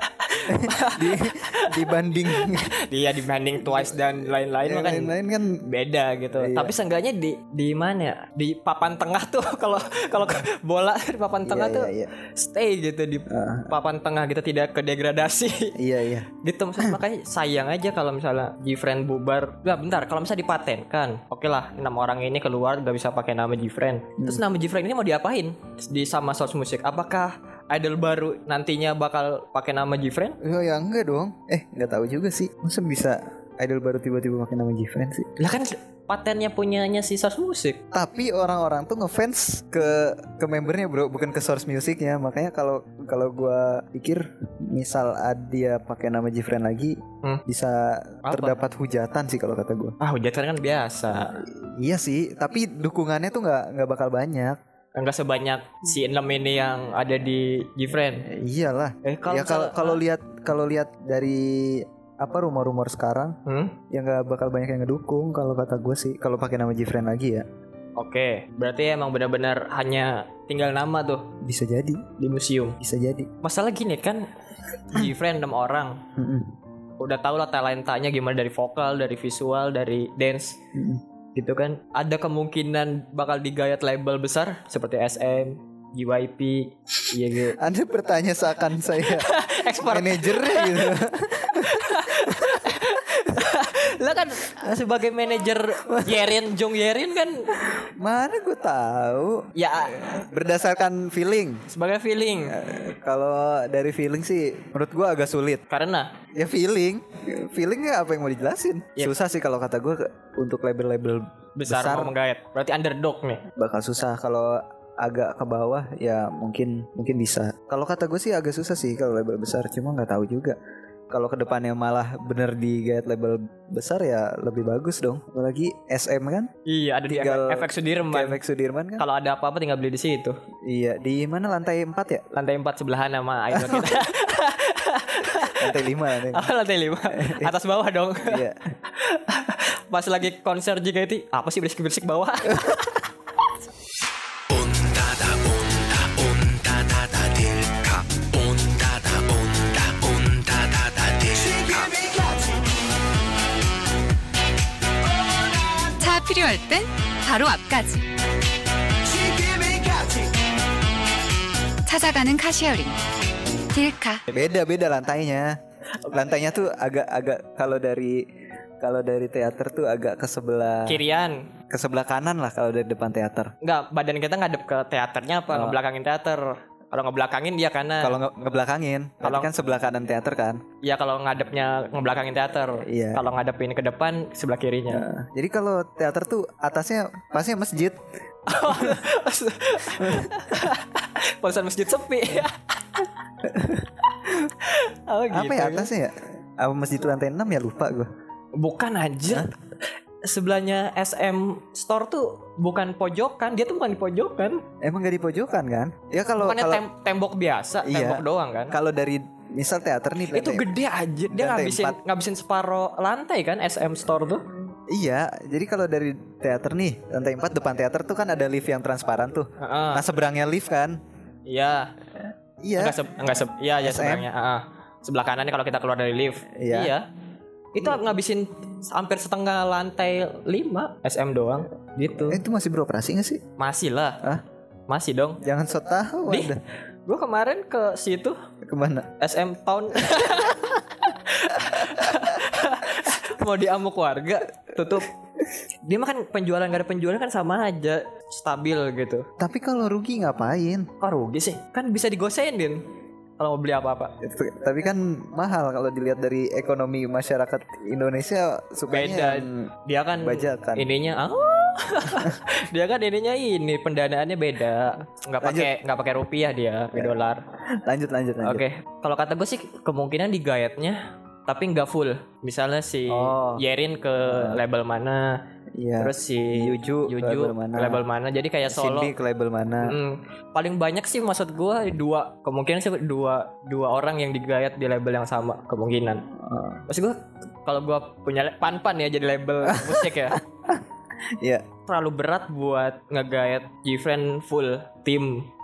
Di, dibanding Dia dibanding Twice dan lain-lain yang kan lain-lain kan beda gitu. Iya. Tapi seenggaknya di di mana ya? Di papan tengah tuh kalau kalau bola di papan tengah Iya, tuh iya, iya. stay gitu di Ah. papan tengah gitu, tidak ke degradasi. iya iya. Gitu maksudnya, makanya sayang aja kalau misalnya Gfriend bubar. Nah, bentar, kalau misalnya dipatenkan, oke lah, enam orang ini keluar gak bisa pakai nama Gfriend. Terus nama Gfriend ini mau diapain di sama Source Music? Apakah idol baru nantinya bakal pakai nama Gfriend? Oh ya enggak dong. Eh nggak tahu juga sih. Masa bisa idol baru tiba-tiba pakai nama Gfriend sih? Lah kan patennya punyanya si Source Music. Tapi orang-orang tuh ngefans ke ke membernya bro, bukan ke Source Musicnya. Makanya kalau kalau gua pikir misal dia pakai nama Gfriend lagi, Hmm. bisa Apa? terdapat hujatan sih kalau kata gua. Ah, hujatan kan biasa. Iya sih, tapi dukungannya tuh nggak nggak bakal banyak. Enggak sebanyak si enam ini yang ada di Gfriend. Eh, iyalah. Eh kalau Ya kalau misalnya- kalau lihat kalau lihat dari apa rumor-rumor sekarang, Hmm? ya nggak bakal banyak yang ngedukung kalau kata gue sih. Kalau pakai nama Gfriend lagi ya, Oke, berarti emang benar-benar hanya tinggal nama tuh bisa jadi, di museum. bisa jadi. Masalah gini kan, Gfriend enam orang. Mm-mm. Udah tau lah talentanya gimana, dari vokal, dari visual, dari dance. Mm-mm. Gitu kan. Ada kemungkinan bakal digayat label besar seperti S M, G Y P, iya gitu. Anda bertanya seakan saya Expert. manajernya gitu. Lah kan sebagai manajer Yerin, Jong Yerin kan Mana gue tahu. ya Berdasarkan feeling. sebagai feeling. Eh, Kalau dari feeling sih, menurut gue agak sulit. Karena Ya feeling, feelingnya apa yang mau dijelasin? Yep. Susah sih kalau kata gue untuk label-label besar, besar, mau menggayat. Berarti underdog nih. bakal susah. Kalau agak ke bawah ya mungkin mungkin bisa. Kalau kata gue sih agak susah sih kalau label besar, cuma nggak tahu juga. Kalau kedepannya malah bener digayat label besar ya lebih bagus dong. Apalagi S M kan, Iya, ada Tinggal di efek Sudirman. kayak Efek Sudirman kan. Kalau ada apa-apa tinggal beli di situ. Iya, di mana lantai empat ya? Lantai empat sebelahan sama idol kita. Lantai lima lantai. Apa lantai lima? Atas bawah dong. Iya. Pas lagi konser J K T, apa sih berisik-berisik bawah? 차 필요할 땐 바로 앞까지 찾아가는 카쉐어링 딜카. Beda-beda lantainya. Lantainya tuh agak-agak kalau dari kalau dari teater tuh agak ke sebelah Kirian. ke sebelah kanan lah kalau dari depan teater. Enggak, badan kita ngadep ke teaternya apa? Oh. Ngebelakangin teater. Kalau ngebelakangin dia kanan. Kalau nge- ngebelakangin, Kalau- kalau kan sebelah kanan teater kan. Iya, kalau ngadepnya ngebelakangin teater. Iya. Kalau ngadepin ke depan sebelah kirinya. Nah, jadi kalau teater tuh atasnya pasti masjid. Polsek masjid sepi. Oh, gitu. Apa ya atasnya ya? Apa masjid itu lantai enam ya, lupa gue. Bukan aja. Sebelahnya S M Store tuh bukan pojokan, dia tuh bukan di pojokan. Emang gak di pojokan kan? Ya kalau Bukannya kalau tem- tembok biasa, Iya. tembok doang kan. kalau dari misal teater nih Itu lantai- gede aja. Dia lantai ngabisin empat. ngabisin separuh lantai kan S M Store tuh. Iya, jadi kalau dari teater nih lantai empat depan teater tuh kan ada lift yang transparan tuh. Heeh. Nah seberangnya lift kan? Iya. Iya. Enggak se- enggak se- iya ya S M. sebenarnya. Heeh. Sebelah kanannya kalau kita keluar dari lift. Iya. Iya. Itu ngabisin hampir setengah lantai lima S M doang gitu. Eh, itu masih beroperasi gak sih? Masih lah. Hah? Masih dong. Jangan so tahu Di, ada. gue kemarin ke situ Kemana? S M Town. Mau diamuk warga, tutup. Dia mah kan penjualan gak ada penjualan kan sama aja, stabil gitu. Tapi kalau rugi ngapain? Kok rugi sih? Kan bisa digosenin kalau mau beli apa-apa. Itu- Tapi kan mahal kalau dilihat dari ekonomi masyarakat Indonesia sukanya Beda. yang Dia kan bajakan. ininya oh. Dia kan ininya ini pendanaannya beda. Nggak pakai nggak pakai rupiah dia, pakai dolar. Lanjut lanjut lanjut. Oke, kalau kata gue sih kemungkinan digayatnya tapi nggak full. Misalnya si Oh. Yerin ke label mana, Iya. terus si Yuju ke Yuju label mana. ke label mana. Jadi kayak solo. Cindy ke label mana? Mm, paling banyak sih maksud gue dua kemungkinan sih dua dua orang yang digayat di label yang sama kemungkinan. Oh. Maksud gue kalau gue punya le- pan-pan ya jadi label musik ya, Iya. terlalu berat buat ngegayat Gfriend full tim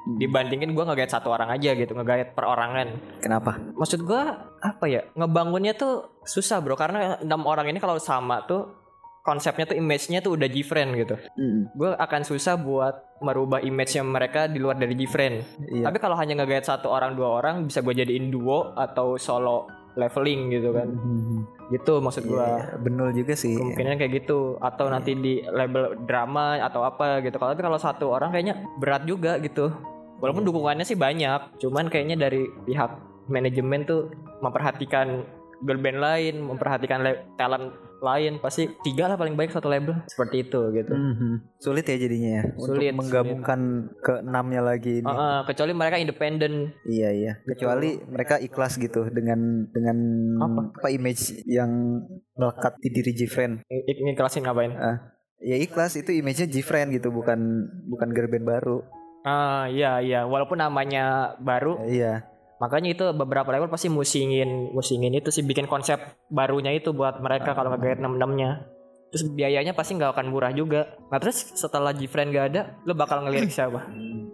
dibandingin gue ngegait satu orang aja gitu, ngegait perorangan. Kenapa? Maksud gue apa ya, ngebangunnya tuh susah bro, karena enam orang ini kalau sama tuh konsepnya tuh image-nya tuh udah different gitu. Mm. Gue akan susah buat merubah image-nya mereka di luar dari different. Iya. Tapi kalau hanya ngegait satu orang dua orang, bisa gue jadiin duo atau solo leveling gitu kan. Mm-hmm. Gitu maksud gue. Yeah, bener juga sih. Kemungkinan kayak gitu. Atau nanti di label drama atau apa gitu. Kalau tapi kalau satu orang kayaknya berat juga gitu. Walaupun dukungannya sih banyak, cuman kayaknya dari pihak manajemen tuh memperhatikan girl band lain, memperhatikan le- talent lain, pasti tiga lah paling baik satu label, seperti itu gitu. Mm-hmm. Sulit ya jadinya ya, sulit, untuk menggabungkan sulit. ke enamnya lagi ini. Uh, uh, kecuali mereka independen. Iya iya. Kecuali gitu. Mereka ikhlas gitu dengan dengan apa, apa image yang melekat di diri Gfriend. I- Ikhlasin ngapain? Uh, ya ikhlas itu image-nya Gfriend gitu, bukan bukan girl band baru. Ah iya iya, walaupun namanya baru. Uh, iya. Makanya itu beberapa label pasti musingin musingin itu sih, bikin konsep barunya itu buat mereka uh, kalau ngegait enam-enamnya. Terus biayanya pasti gak akan murah juga. Nah terus setelah Gfriend gak ada, lo bakal ngelirik siapa?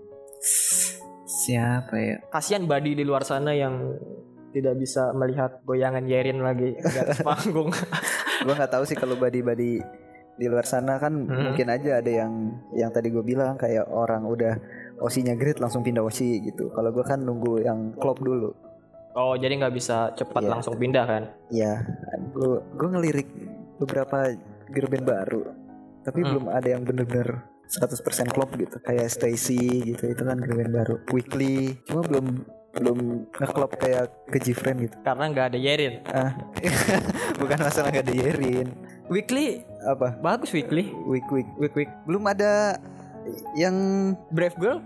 Siapa ya? Kasian Buddy di luar sana yang tidak bisa melihat goyangan Yerin lagi di atas panggung. Gue gak tahu sih kalau Buddy-Buddy di luar sana kan hmm. mungkin aja ada yang yang tadi gue bilang kayak orang udah Osinya great langsung pindah Osi gitu. Kalau gue kan nunggu yang klop dulu. Oh jadi nggak bisa cepat yeah. langsung pindah kan? Iya. Gue gue ngelirik beberapa girl band baru, tapi hmm. belum ada yang bener-bener seratus persen klop gitu. Kayak Stacy gitu, itu kan girl band baru. Weekly, cuma belum belum ngeklop kayak ke Gfriend gitu. Karena nggak ada Yerin. Ah, bukan masalah nggak ada Yerin. Weekly apa? Bagus Weekly. Week week week week. Belum ada yang Brave Girl?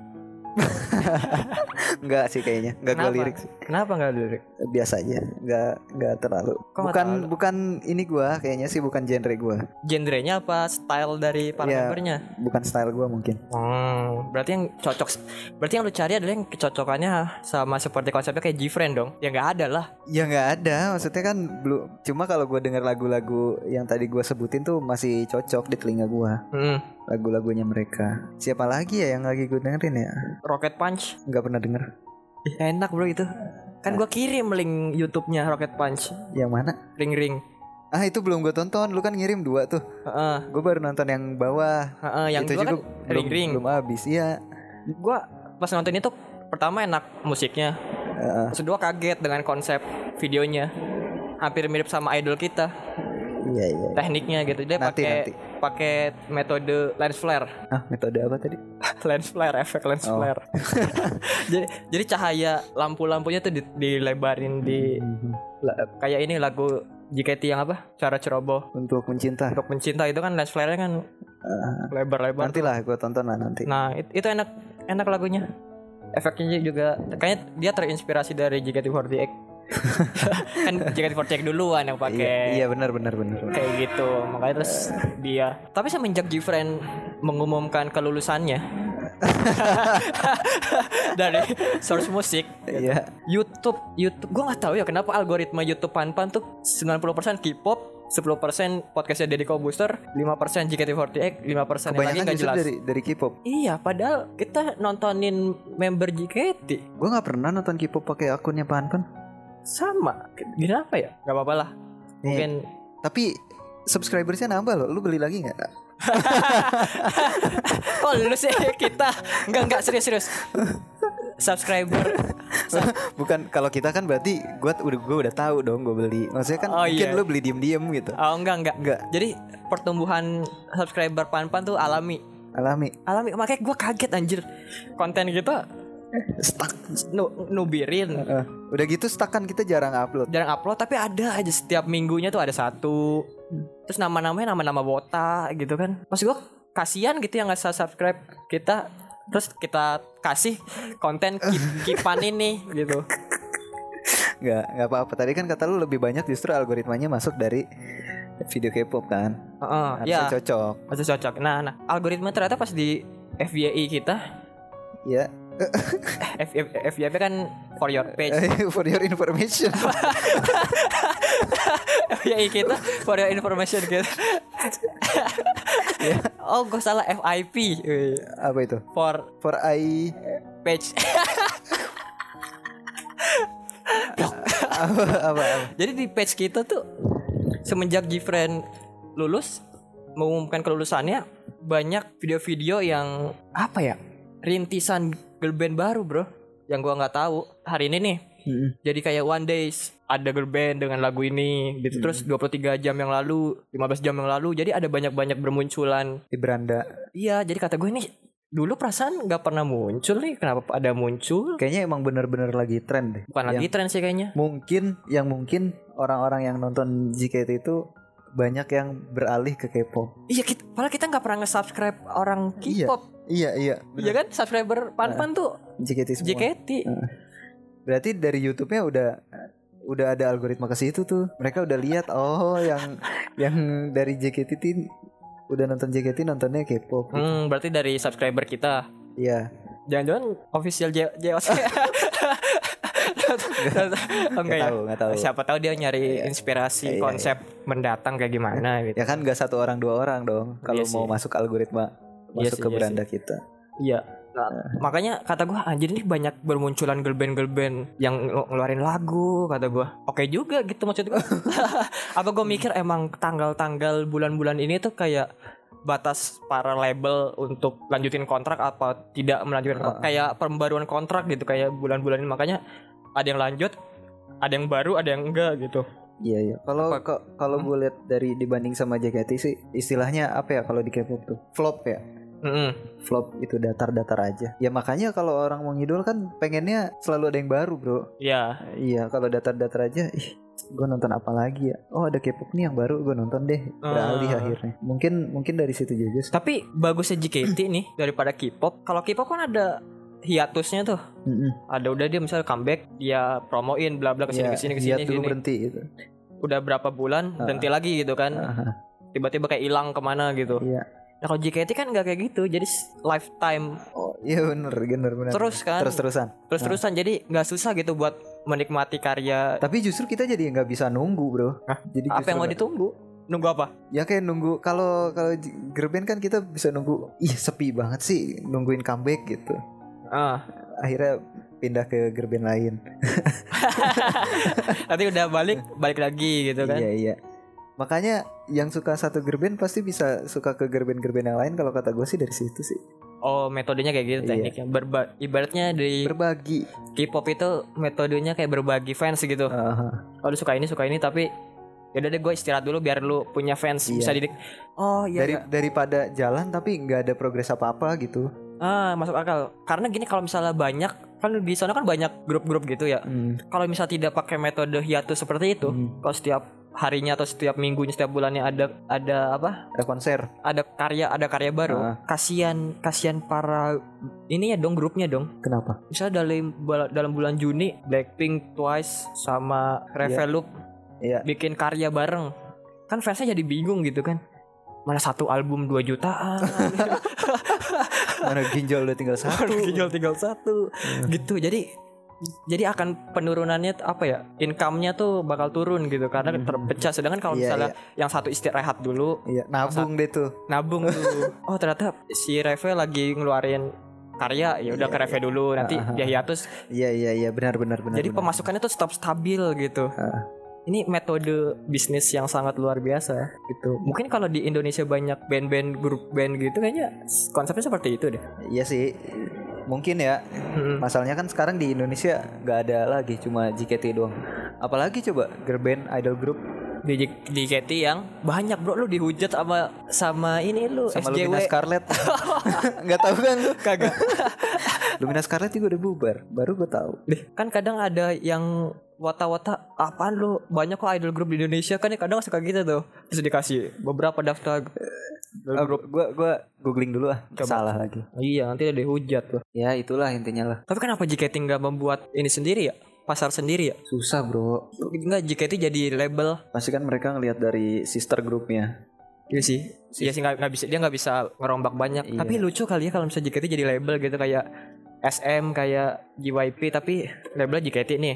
Enggak sih kayaknya, enggak gue lirik sih. Kenapa enggak lirik? Biasa aja, enggak enggak terlalu. Kok bukan terlalu? Bukan ini gue, kayaknya sih bukan genre gue. Genrenya apa? Style dari para ya, membernya? Bukan style gue mungkin. Hmm, berarti yang cocok, berarti yang lu cari adalah yang kecocokannya sama seperti konsepnya kayak Gfriend dong? Ya enggak ada lah. Ya enggak ada, maksudnya kan belum. Cuma kalau gue dengar lagu-lagu yang tadi gue sebutin tuh masih cocok di telinga gue. Hmm. Lagu-lagunya mereka. Siapa lagi ya yang lagi gue dengerin ya? Rocket Punch. Nggak pernah denger. Ih, enak bro itu. Kan gue kirim link YouTube-nya Rocket Punch. Yang mana? Ring Ring. Ah itu belum gue tonton. Lu kan ngirim dua tuh. uh-uh. Gue baru nonton yang bawah. uh-uh, Yang itu juga kan Ring Ring. Belum habis. Iya. Gue pas nonton itu pertama enak musiknya. uh-uh. Kedua kaget dengan konsep videonya. Hampir mirip sama idol kita. Iya iya. Tekniknya gitu. Dia pakai pakai metode lens flare. Ah, metode apa tadi? Lens flare, efek lens oh. flare. jadi jadi cahaya lampu-lampunya tuh di, dilebarin di mm-hmm. la, kayak ini lagu J K T yang apa? Cara ceroboh untuk mencinta. Untuk mencinta itu kan lens flare-nya kan uh, lebar-lebar. Nantilah gue tonton lah nanti. Nah, it, itu enak enak lagunya. Efeknya juga kayaknya dia terinspirasi dari J K T empat delapan. Kan J K T empat delapan duluan yang pakai. Iya, iya benar benar benar. Kayak gitu. Makanya terus dia. Tapi semenjak Gfriend mengumumkan kelulusannya dari Source Music, iya. YouTube YouTube gue nggak tahu ya kenapa algoritma YouTube Pan-Pan tuh sembilan puluh persen K-pop, sepuluh persen podcastnya Deddy Corbuzier, lima persen J K T empat delapan, lima persen yang lagi nggak jelas. dari dari K-pop. Iya, padahal kita nontonin member J K T. Gue nggak pernah nonton K-pop pakai akunnya Pan-Pan. Sama, kenapa ya? Gak apa-apa lah. Mungkin. Nih, tapi subscribersnya nambah loh. Lu beli lagi nggak? Oh lu sih kita nggak nggak serius-serius. Subscriber. Bukan kalau kita kan berarti gue udah gue udah tahu dong gue beli. Maksudnya kan oh, mungkin iya. lu beli diem-diem gitu. Oh enggak enggak enggak. Jadi pertumbuhan subscriber Pan-Pan tuh alami. Alami. Alami. Makanya gue kaget anjir. Konten kita stuck nu, nubirin uh, udah gitu stuck kan kita jarang upload jarang upload tapi ada aja setiap minggunya tuh ada satu terus nama-namanya nama-nama wota gitu kan. Maksud gue kasihan gitu yang nggak subscribe kita terus kita kasih konten kipan ini gitu. nggak nggak apa-apa tadi kan kata lu lebih banyak justru algoritmanya masuk dari video K-pop kan. uh, harusnya ya, cocok harusnya cocok. Nah nah algoritma ternyata pas di F Y I kita ya F Y P kan for your page. For your information. F Y I kita for your information gitu. Yeah. Oh gue salah F I P. Apa itu? For For I page. apa, apa, apa? Jadi di page kita tuh semenjak Gfriend lulus mengumumkan kelulusannya, banyak video-video yang apa ya, rintisan girl band baru bro, yang gua nggak tahu hari ini nih. Hmm. Jadi kayak one days ada girl band dengan lagu ini gitu. Hmm. Terus dua puluh tiga jam yang lalu, lima belas jam yang lalu, jadi ada banyak-banyak bermunculan Di beranda. Iya, jadi kata gue ini dulu perasaan nggak pernah muncul nih, kenapa ada muncul? Kayaknya emang bener-bener lagi tren deh. Bukan lagi Yang tren sih kayaknya. Mungkin yang mungkin orang-orang yang nonton J K T itu banyak yang beralih ke K-pop. Iya, kita, padahal kita nggak pernah nge-subscribe orang Iya. K-pop. Iya iya. Iya kan, subscriber Pan-Pan tuh J K T semua. J K T. Uh. Berarti dari YouTube-nya udah udah ada algoritma ke situ tuh. Mereka udah lihat oh yang yang dari J K T tin udah nonton J K T nontonnya K-pop. Gitu. Hmm, berarti dari subscriber kita. Iya. Jangan-jangan official J O C. Enggak ya? Tahu, nggak tahu. Siapa tahu dia nyari inspirasi Iya, konsep mendatang kayak gimana gitu. Ya kan nggak satu orang dua orang dong. Kalau Iya mau sih. masuk algoritma Iya masuk sih, ke iya beranda kita. Iya. Nah, makanya kata gue anjir ini banyak bermunculan girl band girl band yang ngelu- ngeluarin lagu, kata gue. Oke juga gitu maksud gue. Apa gue mikir emang tanggal-tanggal bulan-bulan ini tuh kayak batas para label untuk lanjutin kontrak apa tidak melanjutkan kontrak. Uh. Kayak pembaruan kontrak gitu kayak bulan-bulan ini, makanya ada yang lanjut, ada yang baru, ada yang enggak gitu. Iya iya. Kalau Apa- kok kalau Hmm? gue lihat dari dibanding sama J K T sih istilahnya apa ya kalau di K-pop tuh flop ya. Mm-mm. Flop itu datar-datar aja. Ya makanya kalau orang mau ngidol kan pengennya selalu ada yang baru bro. Iya. Iya kalau datar-datar aja, ih gue nonton apa lagi ya? Oh ada K-pop nih yang baru, gue nonton deh. Beralih Ah. akhirnya. Mungkin mungkin dari situ juga sih. Tapi bagusnya J K T nih daripada K-pop. Kalau K-pop kan ada hiatusnya tuh. Mm-mm. Ada udah dia misalnya comeback, dia promoin bla bla kesini Iya, kesini lihat kesini dulu kesini. berhenti gitu. Udah berapa bulan Ah. berhenti lagi gitu kan. Ah, Tiba-tiba kayak hilang kemana gitu. Iya. Nah kalau J K T kan nggak kayak gitu. Jadi s- lifetime Oh iya bener bener bener. terus kan. Terus-terusan. Terus-terusan jadi nggak susah gitu buat menikmati karya. Tapi justru kita jadi nggak bisa nunggu bro. Hah? Jadi Apa justru yang mau ditunggu? Nunggu apa? ya kayak nunggu kalau kalau j- girl band kan kita bisa nunggu. Ih sepi banget sih nungguin comeback gitu. Ah, Akhirnya pindah ke girl band lain. nanti udah balik balik lagi gitu kan. Iya iya. Makanya yang suka satu girl band pasti bisa suka ke girl band girl band yang lain. Kalau kata gue sih dari situ sih. Oh metodenya kayak gitu Iya. tekniknya. Berba- ibaratnya di Berbagi. K-pop itu metodenya kayak berbagi fans gitu. Aha. Oh lu suka ini suka ini tapi yaudah deh gue istirahat dulu biar lu punya fans Iya. bisa didik. Oh iya. Dari iya. daripada jalan tapi nggak ada progres apa apa gitu. Ah masuk akal. Karena gini kalau misalnya banyak kan di sana kan banyak grup-grup gitu ya. Hmm. Kalau misalnya tidak pakai metode hiatus seperti itu, Hmm. kalau setiap harinya atau setiap minggunya setiap bulannya ada ada apa? Ada konser. Ada karya ada karya baru. Ah. Kasihan kasihan para ini ya dong grupnya dong. Kenapa? Misalnya dalam dalam bulan Juni Blackpink, Twice sama Reveloop Iya. bikin karya bareng. Kan fansnya jadi bingung gitu kan. Mana satu album dua jutaan. Mana ginjal udah tinggal satu. Tinggal tinggal satu gitu. Jadi jadi akan penurunannya t- apa ya? Income-nya tuh bakal turun gitu karena terpecah. Sedangkan kalau Iya, misalnya yang satu istirahat dulu, Iya, nabung deh tuh. nabung tuh. Oh, ternyata si Reve lagi ngeluarin karya, ya udah ke Reve dulu nanti Ah, ah, dia hiatus. Iya iya iya benar benar benar. Jadi benar. pemasukannya tuh tetap stabil gitu. Ah. Ini metode bisnis yang sangat luar biasa gitu. Mungkin kalau di Indonesia banyak band-band grup band gitu kayaknya konsepnya seperti itu deh. Iya sih. Mungkin ya. Mm-mm. Masalahnya kan sekarang di Indonesia nggak ada lagi cuma J K T doang. Apalagi coba girl band idol group Di J- di J K T yang banyak bro, lu dihujat sama sama ini lu sama S J W. Lumina Scarlet. Nggak tahu kan lu? Kagak. Lumina Scarlet juga udah bubar. Baru gue tahu. Deh, kan kadang ada yang wata-wata apaan lu banyak kok idol group di Indonesia kan ya kadang suka gitu tuh. Terus dikasih beberapa daftar idol Uh, group. gue gue googling dulu ah. Coba. Salah lagi. Iya, nanti ada dihujat tuh. Ya itulah intinya lah. Tapi kenapa J K T nggak membuat ini sendiri ya? Pasar sendiri ya? Susah bro. Enggak, J K T jadi label. Pasti kan mereka ngelihat dari sister grupnya. Iya sih. Iya sih nggak nggak bisa dia nggak bisa ngerombak banyak. Iya. Tapi lucu kali ya kalau misalnya J K T jadi label gitu kayak S M kayak J Y P tapi labelnya J K T nih.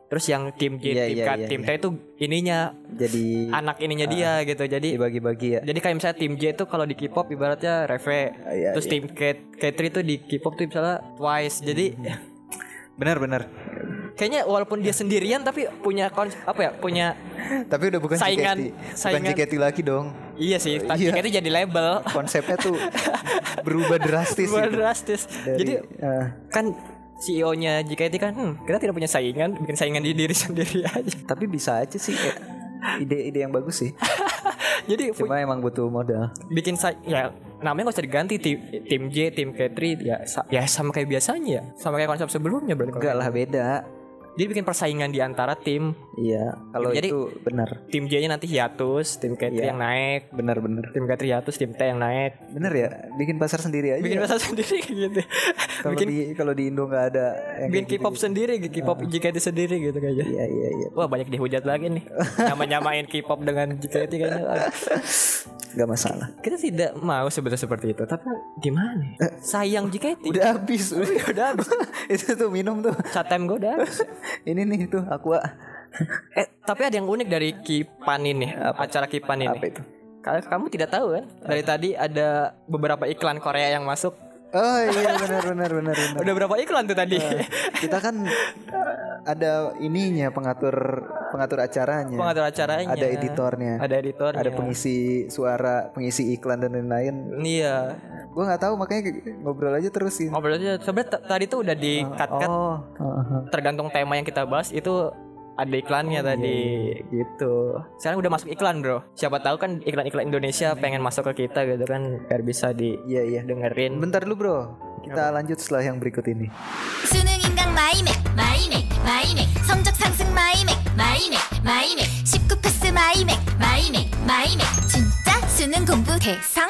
Terus yang tim J, Iya, tim iya, K, iya, tim iya. T itu ininya Jadi anak ininya dia gitu. Jadi dibagi-bagi ya. jadi kayak misalnya tim J itu kalau di K-pop ibaratnya Reve. Ah, iya, Terus iya. tim K, K3 itu di K-pop tuh misalnya Twice. Jadi Benar-benar. kayaknya walaupun dia sendirian tapi punya kons- apa ya? Punya Tapi udah bukan Saingan- J K T. Bukan saingan. J K T lagi dong. iya sih, ta- Iya. J K T jadi label. Konsepnya tuh berubah drastis Luar gitu. drastis. Dari, Jadi eh, kan C E O-nya J K T kan, hmm, kita tidak punya saingan, bikin saingan di diri sendiri aja. tapi bisa aja sih kayak ide-ide yang bagus sih. Jadi pu- Cuma emang butuh modal. bikin sa- ya namanya nggak usah diganti tim tim J, tim K tiga ya sa- ya sama kayak biasanya ya, sama kayak konsep sebelumnya berarti. kalau Enggak kayak lah, beda. gitu. Jadi bikin persaingan di antara tim. Iya, kalau Jadi- itu benar. Tim J-nya nanti hiatus, tim K tiga Iya. yang naik, Benar-benar. tim K tiga hiatus, tim T yang naik. Bener ya, bikin pasar sendiri aja. Bikin bahasa sendiri kayak gitu. Kalau bikin di kalau di Indo nggak ada yang bikin kayak K-pop gitu. sendiri, K-pop J K T sendiri gitu kayaknya. Iya iya iya. Wah banyak dihujat lagi nih. Nyama-nyamain K-pop dengan J K T kayaknya. Aduh. Nggak masalah. Kita tidak mau sebetulnya seperti itu, tapi gimana? ya? Sayang J K T. Udah habis, udah, udah habis. Itu tuh minum tuh. Chat time gue udah habis. Ini nih tuh aqua. Eh, tapi ada yang unik dari Kipan ini, acara Kipan ini. Apa itu? Kalau kamu tidak tahu kan? Dari tadi ada beberapa iklan Korea yang masuk. Oh iya benar benar benar benar. Udah berapa iklan tuh tadi? Kita kan ada ininya pengatur pengatur acaranya. Pengatur acaranya. Ada editornya. Ada editornya. Ada pengisi suara, pengisi iklan dan lain-lain. Iya. Gue nggak tahu makanya ngobrol aja terus sih. Ngobrol aja. Sebenarnya t- tadi tuh udah di cut-cut. Oh. Tergantung tema yang kita bahas itu ada iklannya tadi gitu. Sekarang udah masuk iklan bro. Siapa tahu kan iklan-iklan Indonesia pengen masuk ke kita gitu kan, biar bisa Iya iya. didengerin. Bentar dulu bro. Kita lanjut setelah yang berikut ini. 수능 인강 마이맥 마이맥 마이맥 성적 상승 마이맥 마이맥 마이맥 십구 패스 마이맥 마이맥 마이맥 진짜 수능 공부 대성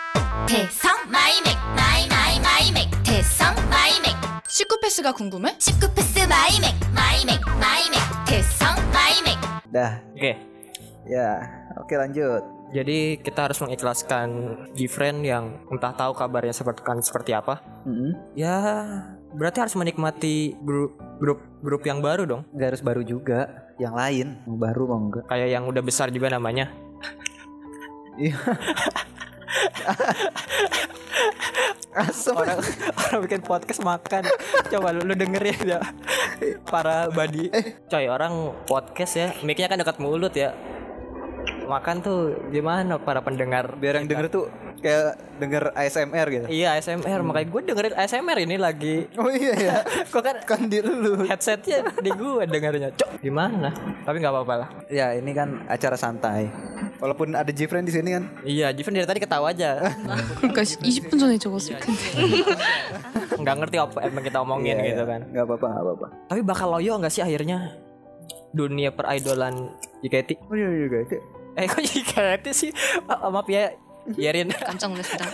대성 마이맥 마이 마이 마이맥 대성 마이맥 십구 패스가 궁금해? 십구 패스 마이맥 마이맥 마이맥 대성 마이맥 Dah. Oke. Ya. Oke lanjut. Jadi kita harus mengikhlaskan Gfriend yang entah tahu kabarnya seperti kan seperti apa. Mm-mm. Ya berarti harus menikmati grup grup grup yang baru dong. Gak harus baru juga. Yang lain. Mau baru mau enggak. Kayak yang udah besar juga namanya. Iya. Asem. Orang orang bikin podcast makan. Coba lu, lu dengerin ya. Para badi. Coy, orang podcast ya, mic-nya kan dekat mulut ya. Makan tuh gimana para pendengar? Biar yang denger tuh kayak denger A S M R gitu. Iya, A S M R. Makanya gue dengerin A S M R ini lagi. Oh iya ya. Kok kan Kan di lu. headsetnya di gue dengarnya. Cok, gimana? Tapi nggak apa-apa lah. Ya ini kan acara santai. Walaupun ada Gfriend di sini kan. Iya, Jiven dari tadi ketawa aja. 그러니까 이십 분 전에 적었을 텐데. Nggak ngerti apa emang kita omongin Iya, gitu iya. kan. Nggak apa-apa, nggak apa-apa. Tapi bakal loyo nggak sih akhirnya dunia peridolan J K T? Oh iya iya guys. Eh kok J K T sih? Ah, maaf ya, Yerin. 깜짝 놀랐습니다.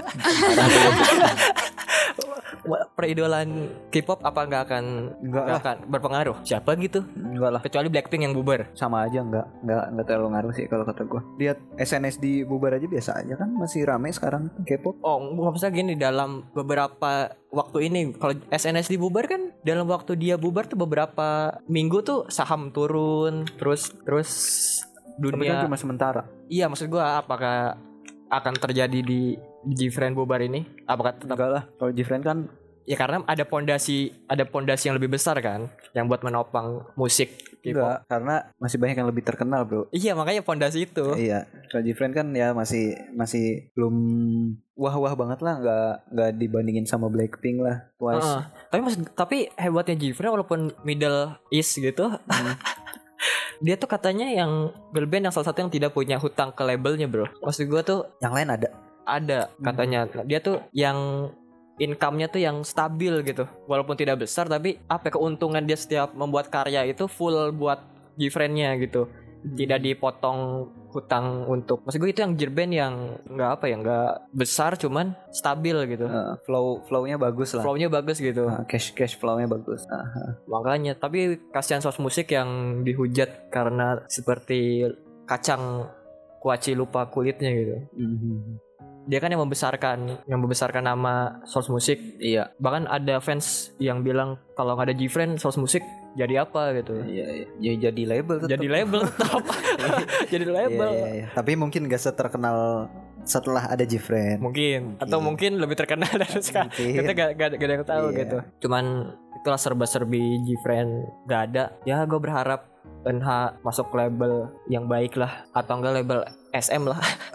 Wah, peridolan K-pop apa nggak akan Nggak nggak lah. akan berpengaruh? Siapa gitu? Enggak lah. Kecuali Blackpink yang bubar. Sama aja enggak enggak enggak terlalu ngaruh sih kalau kata gua. Lihat S N S di bubar aja biasa aja kan, masih rame sekarang K-pop. Oh, nggak bisa gini dalam beberapa waktu ini kalau S N S dibubar kan dalam waktu dia bubar tuh beberapa minggu tuh saham turun terus terus Tapi kan dunia. cuma sementara. Iya maksud gua apakah akan terjadi di Gfriend bubar ini? Apakah tetap? Enggak lah. Kalau Gfriend kan Ya karena ada pondasi ada pondasi yang lebih besar kan yang buat menopang musik K-pop. enggak, karena masih banyak yang lebih terkenal, Bro. Iya makanya pondasi itu. Iya, kalau Gfriend kan ya masih masih belum wah-wah banget lah, nggak nggak dibandingin sama Blackpink lah, Twice. Heeh. Tapi maksud tapi hebatnya Gfriend walaupun Middle East gitu. Dia tuh katanya yang girl band yang salah satu yang tidak punya hutang ke labelnya bro. Maksud gue tuh Yang lain ada. ada katanya. Dia tuh yang income-nya tuh yang stabil gitu. Walaupun tidak besar tapi apa keuntungan dia setiap membuat karya itu full buat Gfriend-nya gitu. Tidak dipotong hutang untuk. Maksud gue itu yang girl band yang nggak apa ya nggak besar cuman stabil gitu. Uh, flow flownya bagus lah. Flow-nya bagus gitu. Uh, cash cash flownya bagus. Uh, Makanya, tapi kasihan sos musik yang dihujat karena seperti kacang kuaci lupa kulitnya gitu. mm-hmm. Dia kan yang membesarkan, yang membesarkan nama sos musik. Iya. Bahkan ada fans yang bilang kalau nggak ada Gfriend, sos musik jadi apa gitu. Iya, iya. Ya, jadi label tetap. Jadi label tetap. Jadi label. Iya, iya, iya. Tapi mungkin gak seterkenal setelah ada Gfriend. Mungkin. Atau mungkin lebih terkenal dari sekarang. Mungkin. Kita gak, gak, gak ada yang tahu Iya. gitu. Cuman itulah serba-serbi Gfriend gak ada. Ya gue berharap N H masuk label yang baik lah. Atau enggak label S M lah.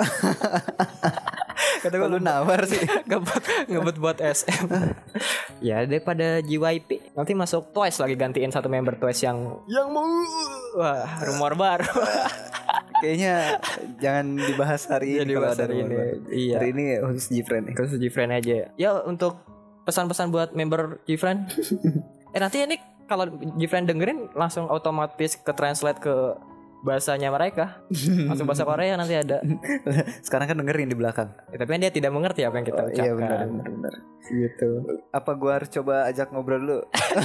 Kata gue Lu nawar sih. ngebut ngebut buat S M. Ya daripada J Y P nanti masuk Twice lagi, gantiin satu member Twice yang yang mau. Wah, rumor baru. Kayaknya jangan dibahas hari Iya, ini kalau dibahas ada hari rumor ini. baru. Iya. Hari ini khusus Gfriend nih. Khusus Gfriend aja. Ya untuk pesan-pesan buat member Gfriend. eh nanti ini kalau Gfriend dengerin langsung otomatis ke translate ke bahasanya mereka. Langsung bahasa Korea nanti ada. Sekarang kan dengerin di belakang. Ya, tapi kan dia tidak mengerti apa yang kita Oh, ucapkan. iya benar benar benar. Gitu. Apa gua harus coba ajak ngobrol dulu?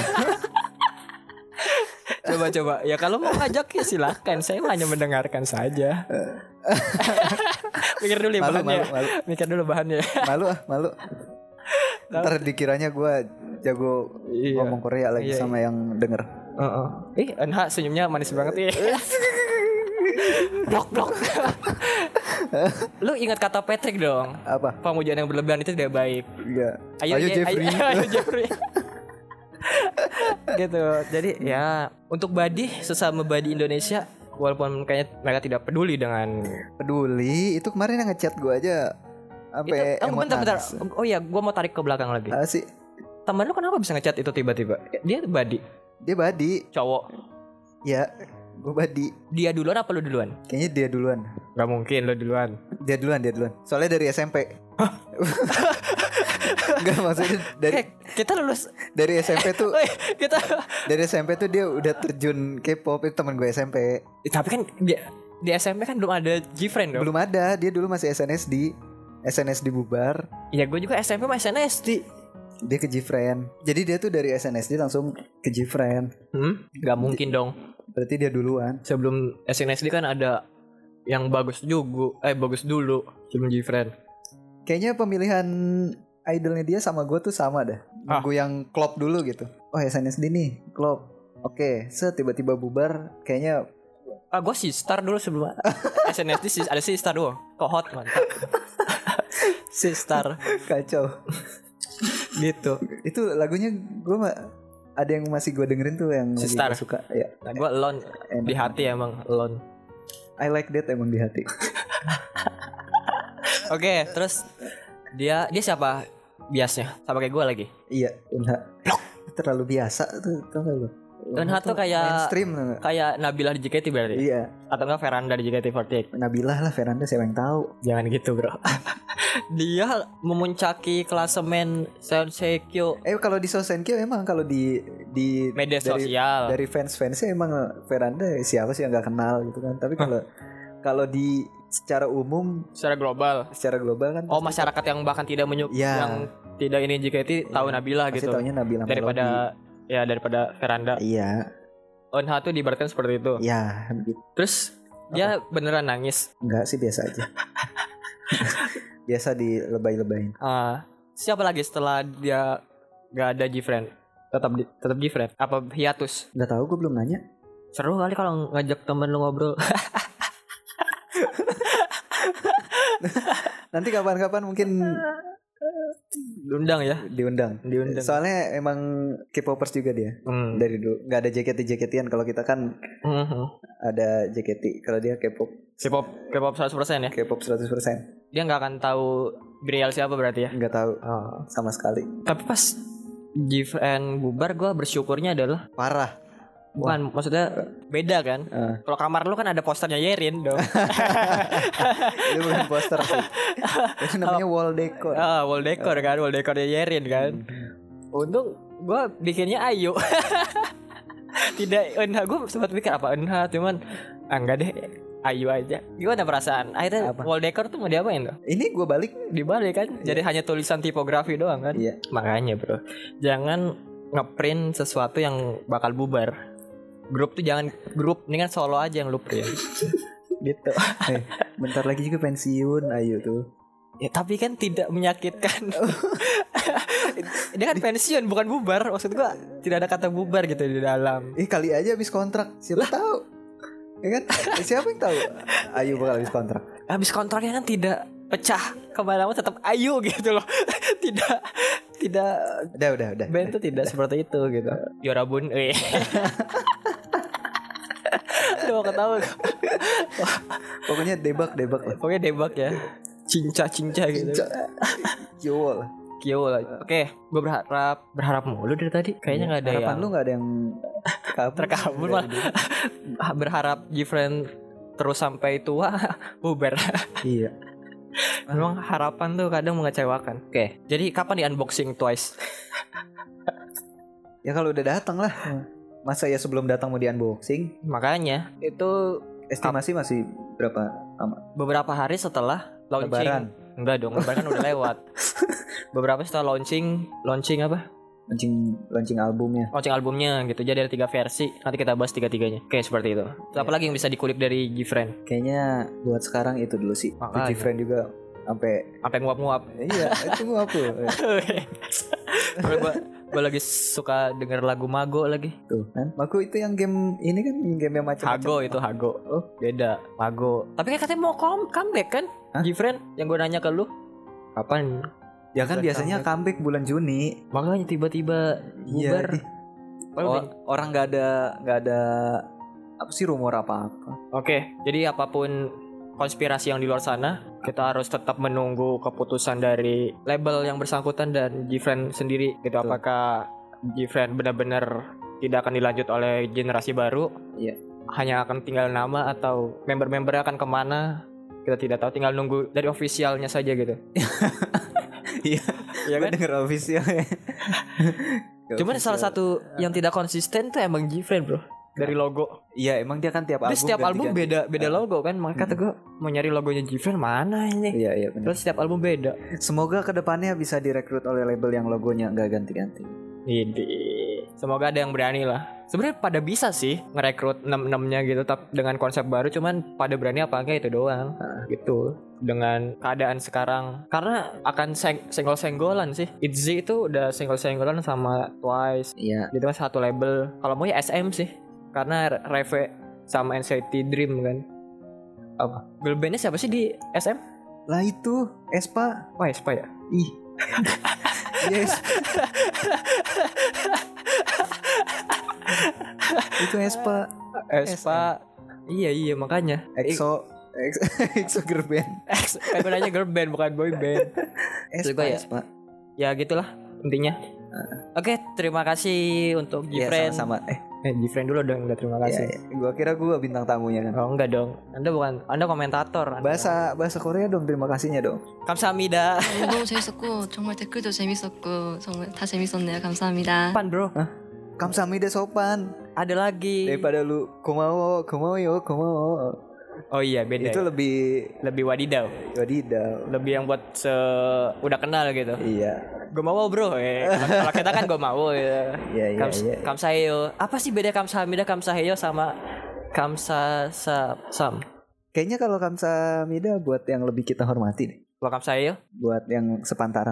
Coba-coba. Ya kalau mau ngajak ya silakan. Saya hanya mendengarkan saja. Mikir dulu ya Malu, bahannya. malu, malu. Mikir dulu bahannya. Malu ah, malu. Ntar dikiranya gua jago Iya. ngomong Korea lagi Iya, sama yang denger. Heeh. Ih, N H senyumnya manis banget ya. Blok blok. Lu ingat kata Patrick dong. Apa? Pemujaan yang berlebihan itu tidak baik. Iya. Ayo, Ayo, Je- Jeffrey. Ayo, ayo Jeffrey. Gitu. Jadi ya untuk body sesama body Indonesia, walaupun kayaknya mereka tidak peduli dengan Peduli itu kemarin yang ngechat gua aja sampai itu. Oh, emot bentar, bentar. nangis. Oh iya, gua mau tarik ke belakang lagi. Ah, sih Temen lu kenapa bisa ngechat itu tiba-tiba? Dia body, dia body. cowok. Ya, gua body. Dia duluan apa lu duluan? Kayaknya dia duluan. Gak mungkin lu duluan. Dia duluan, dia duluan. Soalnya dari S M P. Enggak, maksudnya dari Eh, kita lulus. dari S M P tuh Woi, kita. dari S M P tuh dia udah terjun K-pop. Itu teman gue S M P. Eh, tapi kan dia di S M P kan belum ada Gfriend dong. Belum ada, dia dulu masih S N S D. S N S D bubar, Ya gue juga S M P masih S N S D. dia ke Gfriend. Jadi dia tuh dari S N S D langsung ke Gfriend. Hmm? Gak mungkin dong. Berarti dia duluan. Sebelum S N S D kan ada yang bagus juga. Eh bagus dulu sebelum Gfriend. Kayaknya pemilihan idolnya dia sama gue tuh sama dah. Ah. Nunggu yang klop dulu gitu. Oh S N S D nih, klop. Oke, set tiba-tiba bubar. Kayaknya Ah gue sih Star dulu sebelum S N S D sih ada sih Star dulu. Kok hot mantap. Si Star kacau. gitu. Itu lagunya gue mah ada yang masih gue dengerin tuh yang lagi Sister. gue suka. Ya, Nah gue alone Enak. di hati emang alone. I like that emang di hati. Oke, terus dia dia siapa biasnya? Sama kayak gue lagi. Iya, Unha. Terlalu biasa tuh, tau gak lu? Unha tuh kayak mainstream tau gak? kayak Nabila di J K T berarti. Iya, Atau enggak Veranda di J K T empat delapan. Nabilah lah, Veranda siapa yang tahu? Jangan gitu, Bro. Dia memuncaki klasemen Seonkyo Eh kalau di Sosenkyo emang kalau di di media dari, sosial. dari fans-fansnya emang Veranda siapa sih yang nggak kenal gitu kan. Tapi kalau kalau di secara umum, Secara global. secara global kan Oh, pasti- masyarakat yang bahkan tidak menyuk Iya. yang tidak ini J K T tahu Nabila pasti gitu. taunya Nabila Melody. Daripada ya daripada Veranda. Iya, Unha tuh diibaratkan seperti itu. iya gitu. Terus dia beneran nangis. Enggak sih, biasa aja. Biasa dilebay-lebayin. Ah, siapa lagi setelah dia gak ada Gfriend? Tetap di, tetap Gfriend. Apa hiatus? Nggak tahu, gue belum nanya. Seru kali kalau ngajak temen lu ngobrol. Nanti kapan-kapan mungkin Diundang ya. diundang. Diundang. Soalnya emang K-popers juga dia. Hmm. Dari dulu nggak ada J K T J K T-an. Kalau kita kan Mhm. ada J K T. Kalau dia K-pop, K-pop K-pop seratus persen ya. K-pop seratus persen. Dia nggak akan tahu Grial siapa berarti ya. Nggak tahu Oh. sama sekali. Tapi pas Gfriend bubar, gue bersyukurnya adalah Parah. bukan, maksudnya beda kan. Eh. Kalau kamar lu kan ada posternya Yerin dong. Itu bukan poster sih. Itu namanya wall decor. Ah, wall decor kan, wall decornya Yerin kan. Untung gue bikinnya Ayu. Tidak Eunha, gue sempat pikir apa Eunha, cuman ah, enggak deh, Ayu aja. Gimana perasaan? Akhirnya Apa? wall decor tuh mau diapain tuh? Ini gue balik. Dibalik kan, jadi hanya tulisan tipografi doang kan. Iya. Makanya bro, jangan ngeprint sesuatu yang bakal bubar. Grup tuh jangan grup, ini kan solo aja yang lu print. Gitu. Eh, bentar lagi juga pensiun Ayu tuh. Ya tapi kan tidak menyakitkan. Dia kan pensiun bukan bubar. Maksud gua tidak ada kata bubar gitu di dalam. Eh kali aja habis kontrak, siapa tahu. Ya kan? Eh, siapa yang tahu Ayu bakal habis kontrak. Habis kontraknya kan tidak pecah kemana-mana, tetap Ayu gitu loh. Tidak tidak Udah udah udah. band tuh tidak seperti itu gitu. Yorabun eh. Udah mau ketawa. Pokoknya debak debak lah. Pokoknya debak ya. Cinca-cinca gitu. Yo lah. Kyo lah. Oke, gue berharap berharap mulu dari tadi. Kayaknya nggak ada Harapan yang lu nggak ada yang kabur. terkabul malah. Berharap Gfriend terus sampai tua bubar. Iya. Memang harapan tuh kadang mengecewakan. Oke, jadi kapan di unboxing Twice? Ya kalau udah datang lah. Masa ya sebelum datang mau di unboxing? Makanya itu Estimasi masih berapa lama? beberapa hari setelah launching. Lebaran. Enggak dong, lebaran kan udah lewat. Beberapa setelah launching, launching apa? Launching launching albumnya. Launching albumnya gitu. Jadi ada tiga versi. Nanti kita bahas tiga-tiganya. Oke, seperti itu. Apa lagi yang bisa dikulik dari Gfriend? Kayaknya buat sekarang itu dulu sih. Makanya. Friend juga sampai Apa yang nguap-nguap? iya itu gua apa? Gue gue lagi suka denger lagu Mago lagi. Tuh kan. Mago itu yang game ini kan game yang macam-macam. Hago itu Hago. Oh, beda. Mago. Tapi kan katanya mau come comeback kan? Hah? Gfriend yang gue nanya ke lu. Kapan? Ya kan Bulan biasanya comeback bulan Juni. Makanya tiba-tiba bubar. Iya. Oh, Oh, orang nggak ada nggak ada apa sih rumor apa-apa. Oke, jadi apapun konspirasi yang di luar sana, kita harus tetap menunggu keputusan dari label yang bersangkutan dan Gfriend sendiri gitu. Betul. Apakah Gfriend benar-benar tidak akan dilanjut oleh generasi baru? Iya. Hanya akan tinggal nama atau member-membernya akan kemana? Kita tidak tahu, tinggal nunggu dari officialnya saja gitu. Iya. Iya kan? Denger official ya. Cuman salah satu yang tidak konsisten tuh emang Gfriend, bro. Dari logo. Iya, emang dia kan tiap Dia album setiap album ganti-ganti. beda beda logo kan. Makanya kata gue mau nyari logonya Gfriend mana ini. Iya, iya benar. Terus setiap album beda. Semoga kedepannya bisa direkrut oleh label yang logonya nggak ganti-ganti. Ini semoga ada yang berani lah. Sebenarnya pada bisa sih ngerekrut enam-enamnya gitu, tapi dengan konsep baru, cuman pada berani apa enggak itu doang. Nah, gitu. Dengan keadaan sekarang, karena akan seng- senggol-senggolan sih. ITZY itu udah senggol-senggolan sama Twice. Iya. Gitu kan satu label. Kalau mau ya S M sih, karena Reve sama N C T Dream kan. Apa? Girl bandnya siapa sih di S M? Lah itu Espa. Oh Espa ya. Ih. Yes. Itu Espa. Espa. Iya iya makanya. EXO. EXO, EXO girl band. X, kan gue nanya girl band bukan boy band. Espa, Juga ya? Espa. Ya gitulah intinya. Oke, terima kasih untuk Iya, Gfriend. sama-sama. Eh, Eh, Gfriend dulu dong, enggak terima iya, kasih. iya. Gua kira gua bintang tamunya kan. Oh, enggak dong. Anda bukan, Anda komentator. Anda. Bahasa bahasa Korea dong, terima kasihnya dong. Kamsahamnida. 너무 재밌었고 정말 댓글도 재밌었고 정말 다 재밌었네요. 감사합니다. Pan, bro. Kamsahamnida sopan. Ada lagi. Daripada lu komawo, komawo yo, komawo. Oh iya, beda. Itu ya? lebih lebih wadidaw. wadidaw. Lebih yang buat se udah kenal gitu. Iya. Gue mau bro. Eh, kalau kita kan gue mau ya. Iya, iya, Kams- iya. Kamsaheyo. Apa sih beda Kamsahamnida, Kamsaheyo sama Kamsa sa- Sam? Kayaknya kalau Kamsahamnida buat yang lebih kita hormati deh. Kalau Kamsaheyo? Buat yang sepantaran.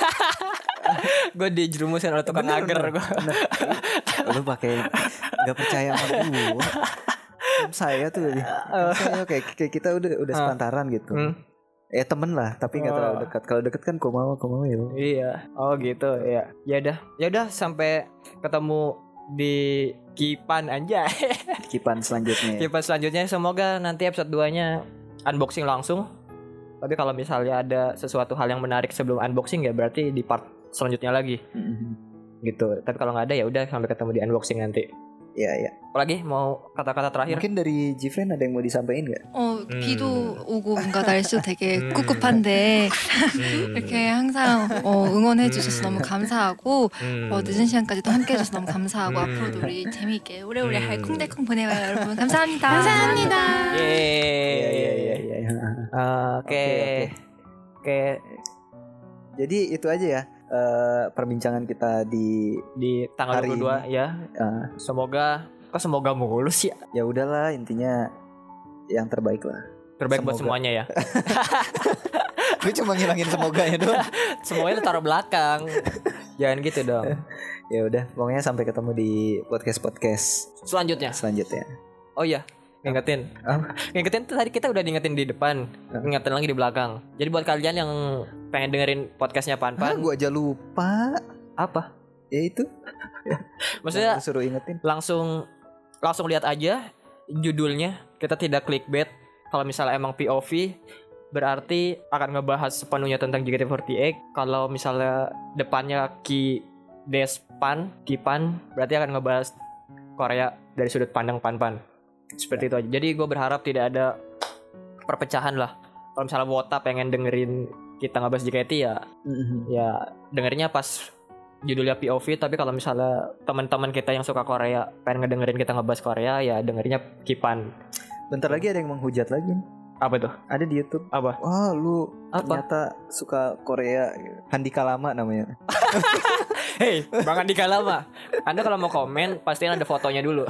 Gue dijerumusin oleh tukang Bener, agar bener, gue. Lu pakai nggak percaya sama gua. Saya tuh jadi saya kayak kayak kita udah udah sepantaran gitu. Hmm. Ya temen lah, tapi nggak Oh. terlalu dekat. Kalau deket kan kok mau, kok mau ya. Iya. Oh gitu. Ya. Ya udah. Ya udah sampai ketemu di Kipan anjay. Kipan selanjutnya. Ya. Kipan selanjutnya semoga nanti episode dua-nya unboxing langsung. Tapi kalau misalnya ada sesuatu hal yang menarik sebelum unboxing ya berarti di part selanjutnya lagi. Mhm. Gitu. Tapi kalau nggak ada ya udah sampai ketemu di unboxing nanti. Iya, iya. Apalagi mau kata-kata terakhir? Mungkin dari Gfriend ada yang mau disampaikan nggak? 어, 음. 비도 오고 뭔가 날씨도 되게 음. 꿉꿉한데 음. 이렇게 항상 어, 응원해 주셔서 너무 감사하고 음. 어, 늦은 시간까지 또 함께 해줘서 너무 감사하고 음. 앞으로도 우리 재미있게 오래오래 음. 알콩달콩 보내봐요 여러분 감사합니다. 감사합니다. Yeay. Iya, iya, iya, iya. Ah, Oke. Oke. Jadi itu aja ya eh, perbincangan kita di Di tanggal Hari dua puluh dua ya. eh, Semoga kok semoga mulus ya. ya udahlah intinya yang terbaik lah. Terbaik buat Semoga. semuanya ya. Gue cuma ngilangin semoganya doang. Semuanya lu taruh belakang. Jangan gitu dong. Ya udah, pokoknya sampai ketemu di podcast-podcast Selanjutnya. selanjutnya. Oh iya, ngingetin. Apa? Ngingetin tuh tadi kita udah diingetin di depan, ngingetin lagi di belakang. Jadi buat kalian yang pengen dengerin podcastnya Ah, Pan-Pan, gue aja lupa. apa? Ya itu. Maksudnya Gua suruh ingetin. langsung langsung lihat aja judulnya. Kita tidak clickbait. Kalau misalnya emang P O V berarti akan ngebahas sepenuhnya tentang J K T empat delapan. Kalau misalnya depannya Ki Despan, Kipan, berarti akan ngebahas Korea dari sudut pandang Pan-Pan. Seperti itu aja. Jadi gue berharap tidak ada perpecahan lah. Kalau misalnya Wota pengen dengerin kita ngebahas J K T ya, ya dengerinnya pas judulnya P O V. Tapi kalau misalnya teman-teman kita yang suka Korea pengen ngedengerin kita ngebahas Korea, ya dengerinnya Kipan. Bentar lagi ada yang menghujat lagi. Apa tuh? Ada di YouTube. Apa? Wah, lu Apa? ternyata suka Korea. Handika Lama namanya. Hei, Bang Andika Lama, Anda kalau mau komen pastiin ada fotonya dulu.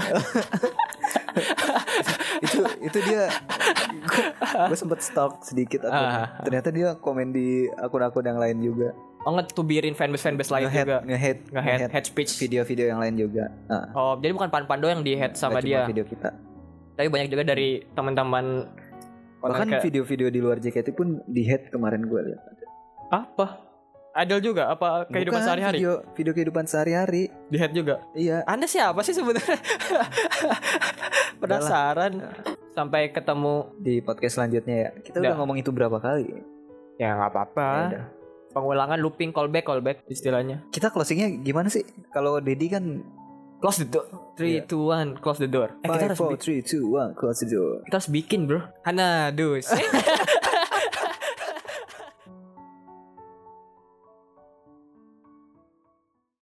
itu itu dia. Gue sempet stalk sedikit akun. Ah. Ternyata dia komen di akun-akun yang lain juga. Oh, ngetubirin fanbase-fanbase lain Nge-head, juga. nge-head, Nge-head, nge-head head speech. video-video yang lain juga. Ah, Oh, jadi bukan Pan-Pan doang yang di-head sama nggak dia. cuma video kita. Tapi banyak juga dari teman-teman Bahkan kayak- video-video di luar J K T pun di-head kemarin gue lihat. apa? Idol juga apa kehidupan Bukan, sehari-hari? Video, video kehidupan sehari-hari. Di-head juga. Iya. Anda siapa sih sebenarnya? Penasaran. Sampai ketemu. Di podcast selanjutnya ya. Kita udah Udah. ngomong itu berapa kali? Ya nggak apa-apa. Ya udah. Pengulangan, looping, callback, callback istilahnya. Kita closingnya gimana sih? Kalau Dedi kan Close the door. three, two, one, close the door. Eh, kita five, harus four, bikin. three, two, one, close the door. Kita harus bikin, bro. Hana dus.